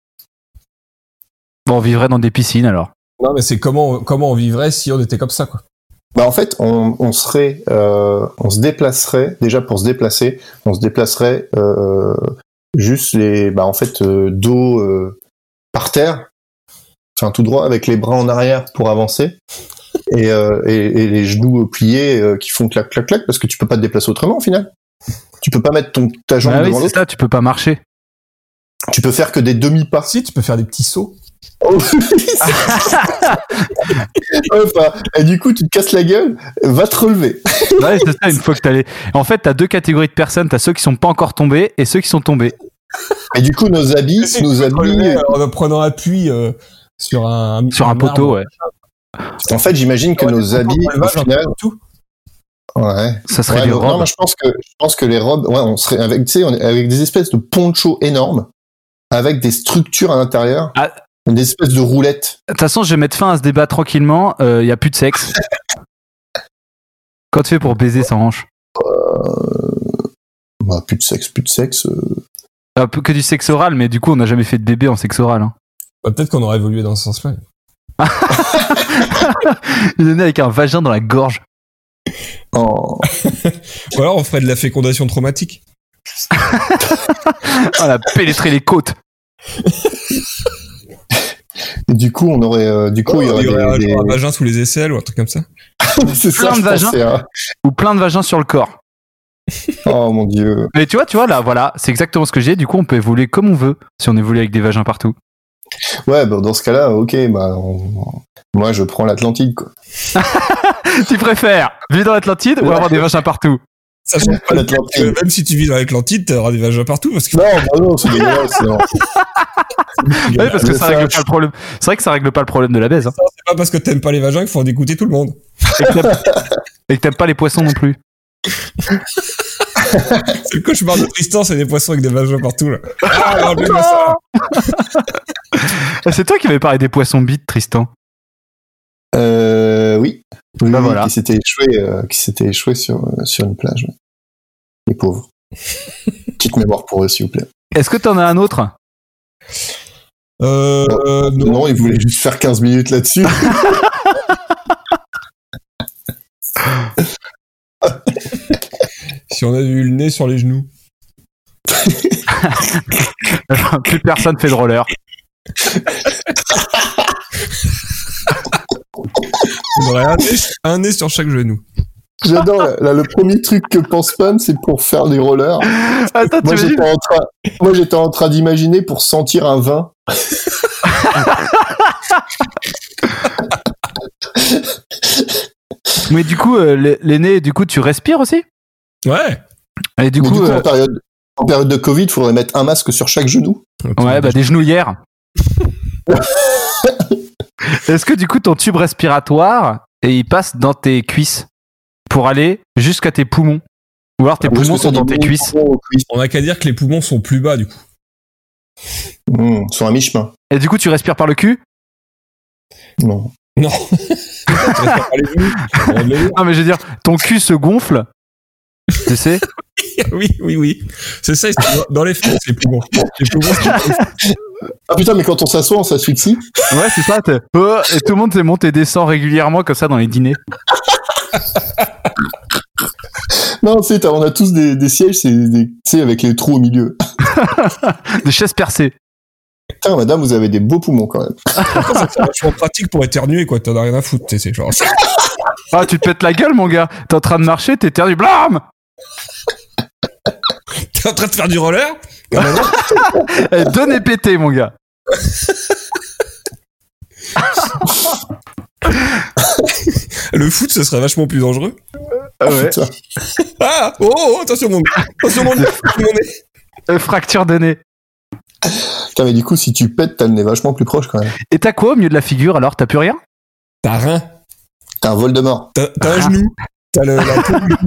C: Bon, on vivrait dans des piscines alors.
B: Non, mais c'est comment, comment on vivrait si on était comme ça, quoi.
A: Bah, en fait, on, on serait, euh, on se déplacerait, déjà pour se déplacer, on se déplacerait euh, juste les, bah, en fait, euh, dos euh, par terre, enfin tout droit, avec les bras en arrière pour avancer, et, euh, et, et les genoux pliés euh, qui font clac, clac, clac, parce que tu peux pas te déplacer autrement au final. Tu peux pas mettre ton, ta jambe
C: Ah oui,
A: devant
C: c'est
A: l'autre.
C: ça, tu peux pas marcher.
A: Tu peux faire que des demi-pas.
B: Si, tu peux faire des petits sauts.
A: Oh, enfin, et du coup, tu te casses la gueule, va te relever.
C: Ouais, c'est ça, une fois que t'as les. En fait, t'as deux catégories de personnes. T'as ceux qui sont pas encore tombés et ceux qui sont tombés.
A: Et du coup, nos habits,
B: Si,
A: nos
B: tu peux te
A: habits.
B: relever, euh, en prenant appui euh, sur un
C: Sur un poteau, ouais.
A: En fait, j'imagine que nos habits, au final,
B: tout.
A: ouais.
C: Ça serait
A: Ouais,
C: des
A: non,
C: robes.
A: non, moi, je pense que je pense que les robes, ouais, on serait avec, tu sais, on est avec des espèces de ponchos énormes, avec des structures à l'intérieur,
C: Ah.
A: des espèces de roulettes.
C: De toute façon, je vais mettre fin à ce débat tranquillement. Il euh, y a plus de sexe. Quand tu fais pour baiser sans hanche?
A: Bah, plus de sexe, plus de sexe. euh.
C: Un peu que du sexe oral, mais du coup, on n'a jamais fait de bébé en sexe oral. Hein.
B: Bah, peut-être qu'on aurait évolué dans ce sens-là.
C: Il est né avec un vagin dans la gorge.
A: Oh.
B: Ou alors on ferait de la fécondation traumatique.
C: On a pénétré les côtes.
A: Et du coup, on aurait, euh, du coup,
B: Oh,
A: il y aurait,
B: il y aurait
A: des,
B: un, genre un
A: des-
B: vagin sous les aisselles ou un truc comme ça.
A: c'est ça,
C: plein
A: je
C: de vagins.
A: pensais, hein.
C: Ou plein de vagins sur le corps.
A: Oh mon dieu.
C: Mais tu vois, tu vois, là, voilà, c'est exactement ce que j'ai. Du coup, on peut évoluer comme on veut si on évolue avec des vagins partout.
A: Ouais, bah, dans ce cas-là, ok, bah, on- moi, je prends l'Atlantide, quoi.
C: Tu préfères vivre dans l'Atlantide ou avoir des vagins partout?
B: Ça change pas le fait
A: L'Atlantide.
B: que même si tu vis dans l'Atlantide, t'auras des vagins partout parce que
A: Non, bah non, c'est dégueulasse. non.
C: Oui, parce que ça
A: C'est
C: règle
A: un-
C: pas le problème. C'est vrai que ça règle pas le problème de la baise. Hein.
B: c'est pas parce que t'aimes pas les vagins qu'il faut en dégoûter tout le monde.
C: Et que t'aimes- Et que t'aimes pas les poissons non plus.
B: C'est le cauchemar de Tristan, c'est des poissons avec des vagins partout là. Ah, enlevez-moi ça.
C: C'est toi qui avais parlé des poissons bites, Tristan.
A: Euh, oui. Oui,
C: Bah
A: oui,
C: voilà.
A: qui s'était échoué, euh, qui s'était échoué sur, euh, sur une plage. ouais. Les pauvres. Petite mémoire pour eux, s'il vous plaît.
C: Est-ce que t'en as un autre?
B: Euh, euh,
A: Non,
B: non.
A: ils voulaient juste faire quinze minutes là-dessus.
B: Si on avait eu le nez sur les genoux.
C: Plus personne fait de roller.
B: On aurait un nez, un nez sur chaque genou.
A: J'adore. Là, là, le premier truc que pense Pan, c'est pour faire des rollers.
C: Attends,
A: Moi,
C: t'imagines
A: j'étais en train, moi, j'étais en train d'imaginer pour sentir un vin.
C: Mais du coup, euh, les, les nez, du coup, tu respires aussi?
B: Ouais.
C: Et du
A: Mais
C: coup,
A: du coup,
C: euh,
A: en, période, en période de Covid, il faudrait mettre un masque sur chaque genou.
C: ouais, bah des genouillères. Est-ce que du coup, ton tube respiratoire, et il passe dans tes cuisses pour aller jusqu'à tes poumons? Ou alors tes
A: Ou est-ce
C: poumons
A: que ça
C: sont dans
A: dit
C: tes cuisses?
A: poumons aux cuisses
B: On a qu'à dire que les poumons sont plus bas du coup.
A: Mmh, sur un mi-chemin.
C: Et du coup, tu respires par le cul?
A: Non.
B: Non. Tu respires par les genoux. On va de le dire.
C: Non, mais je veux dire, ton cul se gonfle. Tu sais?
B: Oui, oui, oui. C'est ça, c'est dans les fesses, les poumons. Les poumons, c'est-
A: Ah putain, mais quand on s'assoit, on s'asphyxie.
C: Ouais, c'est ça. t'es- Oh, et tout le monde te monte et descend régulièrement comme ça dans les dîners.
A: Non, tu sais, t'as- on a tous des, des sièges, c'est des, tu sais, avec les trous au milieu.
C: Des chaises percées.
A: Putain, madame, vous avez des beaux poumons quand même.
B: ça c'est vachement pratique pour éternuer, quoi. T'en as rien à foutre, tu sais, c'est genre.
C: Ah, tu te pètes la gueule, mon gars. T'es en train de marcher, t'es terdu. Blam!
B: T'es en train de faire du roller?
C: Eh, deux nez pétés, mon gars.
B: Le foot, ce serait vachement plus dangereux.
C: Ah ouais.
A: Putain.
B: Ah! Oh, oh, attention, mon nez. Attention, mon nez. Mon nez.
C: Euh, fracture de nez.
A: Putain, mais du coup, si tu pètes, t'as le nez vachement plus proche quand même.
C: Et t'as quoi au milieu de la figure alors? T'as plus rien?
B: T'as rien.
A: T'as un vol de mort.
B: T'as, t'as un genou. T'as le, la peau du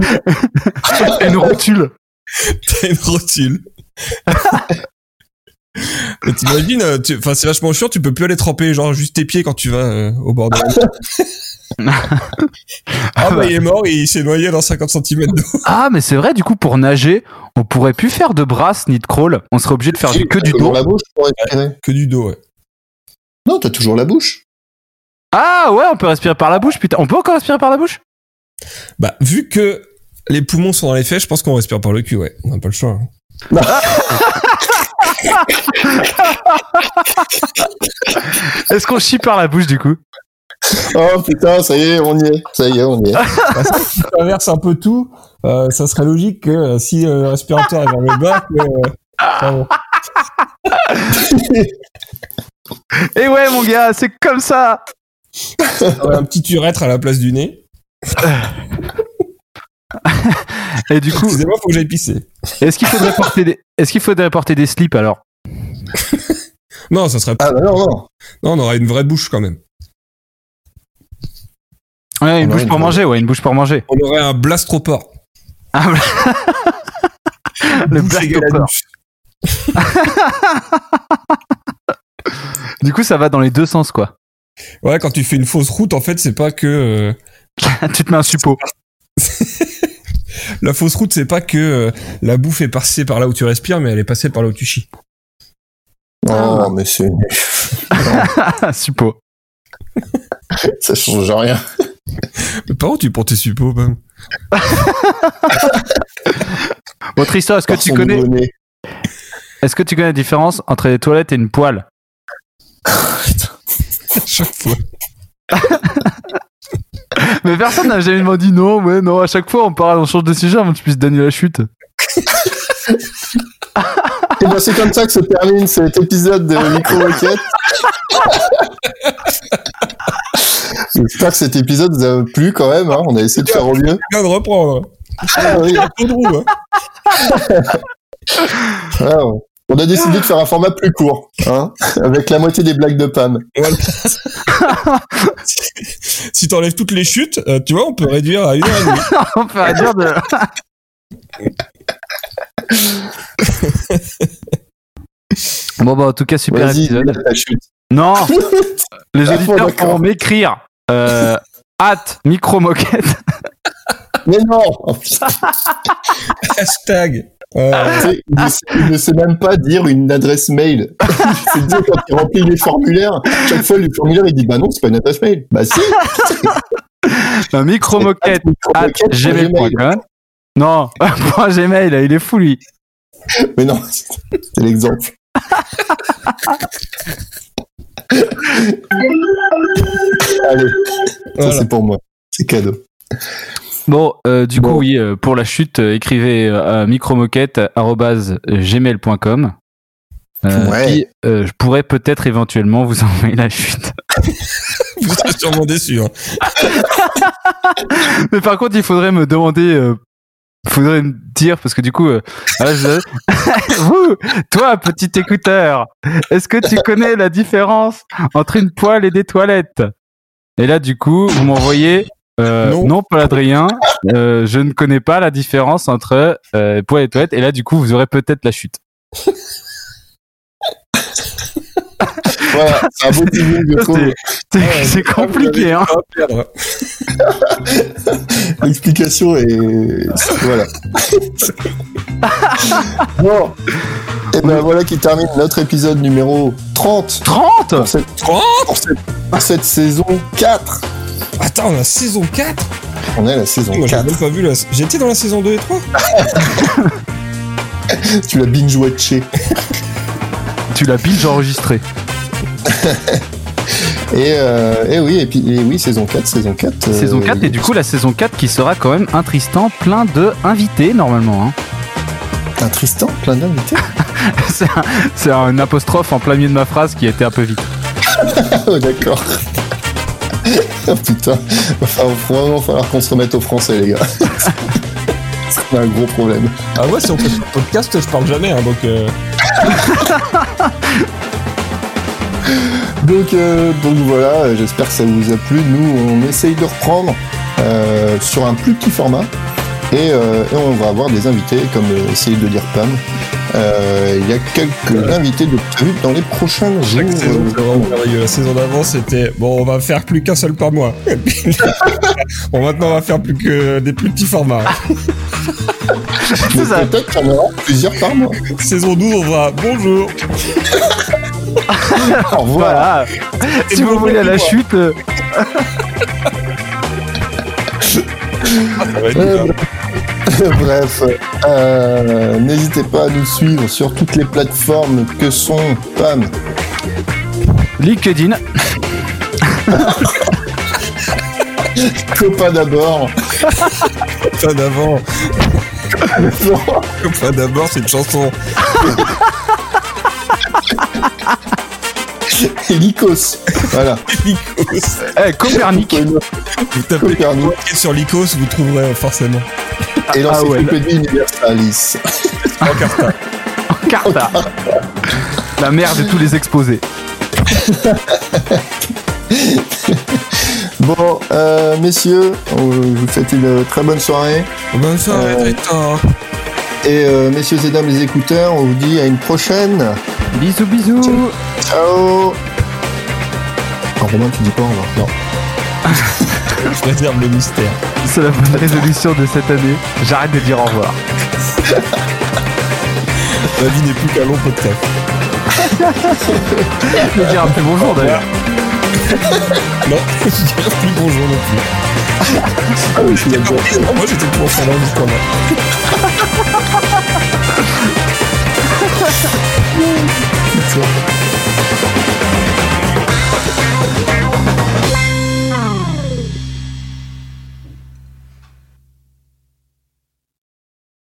B: genou.
C: Une rotule.
B: T'as une rotule. Et t'imagines, euh, tu... enfin, c'est vachement chiant, tu peux plus aller tremper, genre, juste tes pieds quand tu vas euh, au bord de la mer. Ah, bah, il est mort, il s'est noyé dans cinquante centimètres d'eau.
C: Ah, mais c'est vrai, du coup, pour nager, on pourrait plus faire de brasse ni de crawl. On serait obligé de faire du, que du dos.
A: La bouche pour respirer.
B: Ouais, que du dos, ouais.
A: Non, t'as toujours la bouche.
C: Ah, ouais, on peut respirer par la bouche, putain. On peut encore respirer par la bouche?
B: Bah, vu que les poumons sont dans les fesses, je pense qu'on respire par le cul, ouais. On n'a pas le choix. Hein.
C: Est-ce qu'on chie par la bouche, du coup?
A: Oh putain, ça y est, on y est. Ça y est, on y est.
B: Bah, si tu traverses un peu tout, euh, ça serait logique que euh, si euh, le respirateur est vers le bas, que... Euh, bon.
C: Et ouais, mon gars, c'est comme ça.
B: Ouais, un petit urètre à la place du nez.
C: Et du coup,
B: excusez-moi, faut que j'aille pisser.
C: Est-ce qu'il faudrait porter des, est-ce qu'il faudrait porter des slips alors?
B: Non, ça serait.
A: Ah bah non, non.
B: Non, on aurait une vraie bouche quand même.
C: Ouais, une
A: On
C: bouche
A: aurait
C: pour
A: une
C: manger, ouais, une bouche pour manger.
B: On aurait un blastroport.
C: Ah, le
B: Bouche égale à
C: blastroport.
B: douche.
C: Du coup, ça va dans les deux sens, quoi.
B: Ouais, quand tu fais une fausse route, en fait, c'est pas que. Euh...
C: Tu te mets un suppôt.
B: La fausse route, c'est pas que euh, la bouffe est passée par là où tu respires, mais elle est passée par là où tu chies.
A: Non, mais c'est...
C: Suppôt.
A: ça change rien.
B: Mais par où tu prends tes suppos, Bam?
C: Bon, Tristan, est-ce que
A: Par
C: tu
A: son
C: connais,
A: nouveau-né.
C: est-ce que tu connais la différence entre les toilettes et une poêle?
B: À chaque fois.
C: Mais personne n'a jamais dit non, ouais, non, à chaque fois on parle, on change de sujet avant que tu puisses donner la chute.
A: Et ben c'est comme ça que se termine cet épisode de Micro Moquette. J'espère que cet épisode vous a plu quand même, hein. On a essayé de faire au mieux.
B: Bien de reprendre.
A: Ah, oui.
B: Trop de roue, hein.
A: Ah, ouais. On a décidé de faire un format plus court, hein, avec la moitié des blagues de Pam.
B: Voilà. Si t'enlèves toutes les chutes, euh, tu vois, on peut réduire à une heure et demie.
C: On peut dire de... Bon bah en tout cas super
A: Vas-y,
C: épisode.
A: la chute.
C: Non, les
A: Ah,
C: auditeurs
A: d'accord.
C: pourront m'écrire euh, at micromoquette.
A: Mais non, oh, putain,
B: Hashtag. Euh,
A: tu sais, il, ne sait, il ne sait même pas dire une adresse mail. Il sait dire quand il remplit les formulaires, chaque fois le formulaire il dit bah non c'est pas une adresse mail. Bah si.
C: Un micromoquette at gmail point com. Non, point gmail, il est fou lui.
A: Mais non, c'est l'exemple. Allez,
B: Voilà.
A: ça c'est pour moi, c'est cadeau.
C: Bon, euh, du
A: Bon.
C: coup oui, euh, pour la chute, euh, écrivez euh, à micromoquette arobase gmail point com. Euh,
A: Ouais.
C: Puis euh, je pourrais peut-être éventuellement vous envoyer la chute.
B: vous serez sûrement déçus. Hein.
C: Mais par contre, il faudrait me demander, euh, faudrait me dire, parce que du coup, euh, ah, je- vous, toi, petit écouteur, est-ce que tu connais la différence entre une poêle et des toilettes? Et là, du coup, vous m'envoyez, euh,
B: Non.
C: non, Paul Adrien, euh, je ne connais pas la différence entre euh, poêle et toilette. Et là, du coup, vous aurez peut-être la chute.
A: Voilà, c'est un beau teasing je trouve.
C: C'est, c'est, c'est compliqué, hein.
B: On va perdre.
A: L'explication est... Voilà. Bon, et ben voilà qui termine notre épisode numéro trente.
C: trente
A: Pour cette,
B: trente
A: pour cette, pour cette saison quatre.
B: Attends, on a saison quatre.
A: On est à la saison
B: Moi, j'ai
A: quatre.
B: même pas vu la... J'étais dans la saison deux et trois.
A: Tu l'as binge-watché.
C: Tu l'as binge enregistré.
A: Et, euh, et oui, et puis et oui, saison quatre, saison quatre. euh,
C: Saison quatre, et du coup, la saison quatre qui sera quand même un Tristan plein de invités, normalement. Hein.
A: Un Tristan, plein d'invités.
C: c'est, un, c'est un apostrophe en plein milieu de ma phrase qui a été un peu vite.
A: Oh, d'accord. Oh, putain, va falloir- vraiment falloir qu'on se remette au français, les gars. C'est un gros problème.
B: Ah ouais, si on fait ce podcast, je parle jamais, hein, donc... Euh...
A: Donc, euh, donc voilà, j'espère que ça vous a plu. Nous, on essaye de reprendre euh, sur un plus petit format. Et, euh, et on va avoir des invités, comme euh, essaye de dire Pam. Euh, Il y a quelques invités de prévus dans les prochains jours.
B: Chaque saison, c'est vraiment merveilleux. La saison d'avant, c'était bon, on va faire plus qu'un seul par mois. Bon, maintenant, on va faire plus que des plus petits formats.
A: Mais peut-être qu'il y en aura plusieurs par mois.
B: Saison douze, on va bonjour.
A: Au revoir.
C: Voilà. Si vous voulez à la chute. euh,
B: Ah, ça va être
A: Euh,
B: bien.
A: Bref, euh, n'hésitez pas à nous suivre sur toutes les plateformes que sont Pam,
C: LinkedIn.
A: Copain d'abord,
B: Copain d'avant. Copain d'abord, c'est une chanson.
A: et Lycos. Voilà.
B: Lycos.
C: Eh, Copernic.
B: Vous tapez
A: Copernic.
B: sur Lycos, vous trouverez forcément.
A: Et
C: Ah ouais.
A: l'encyclopédie Universalis.
B: En carta.
C: Carta. La mère de tous les exposés.
A: Bon, euh, messieurs, on- je vous souhaite une très bonne soirée.
B: Bonne soirée,
A: Euh,
B: Tristan.
A: Et euh, messieurs et dames les écouteurs, on vous dit à une prochaine.
C: Bisous, bisous.
A: Ciao. Oh, Romain, tu dis pas au revoir. Non.
B: Je réserve le mystère.
C: C'est la bonne résolution de cette année. J'arrête de dire au revoir.
B: La vie n'est plus qu'un long podcast.
C: Je vais dire un plus bonjour d'ailleurs.
B: Non, je dirais plus bonjour non plus.
A: Ah oui, je suis d'accord.
B: Moi j'étais pour faire l'enregistrement.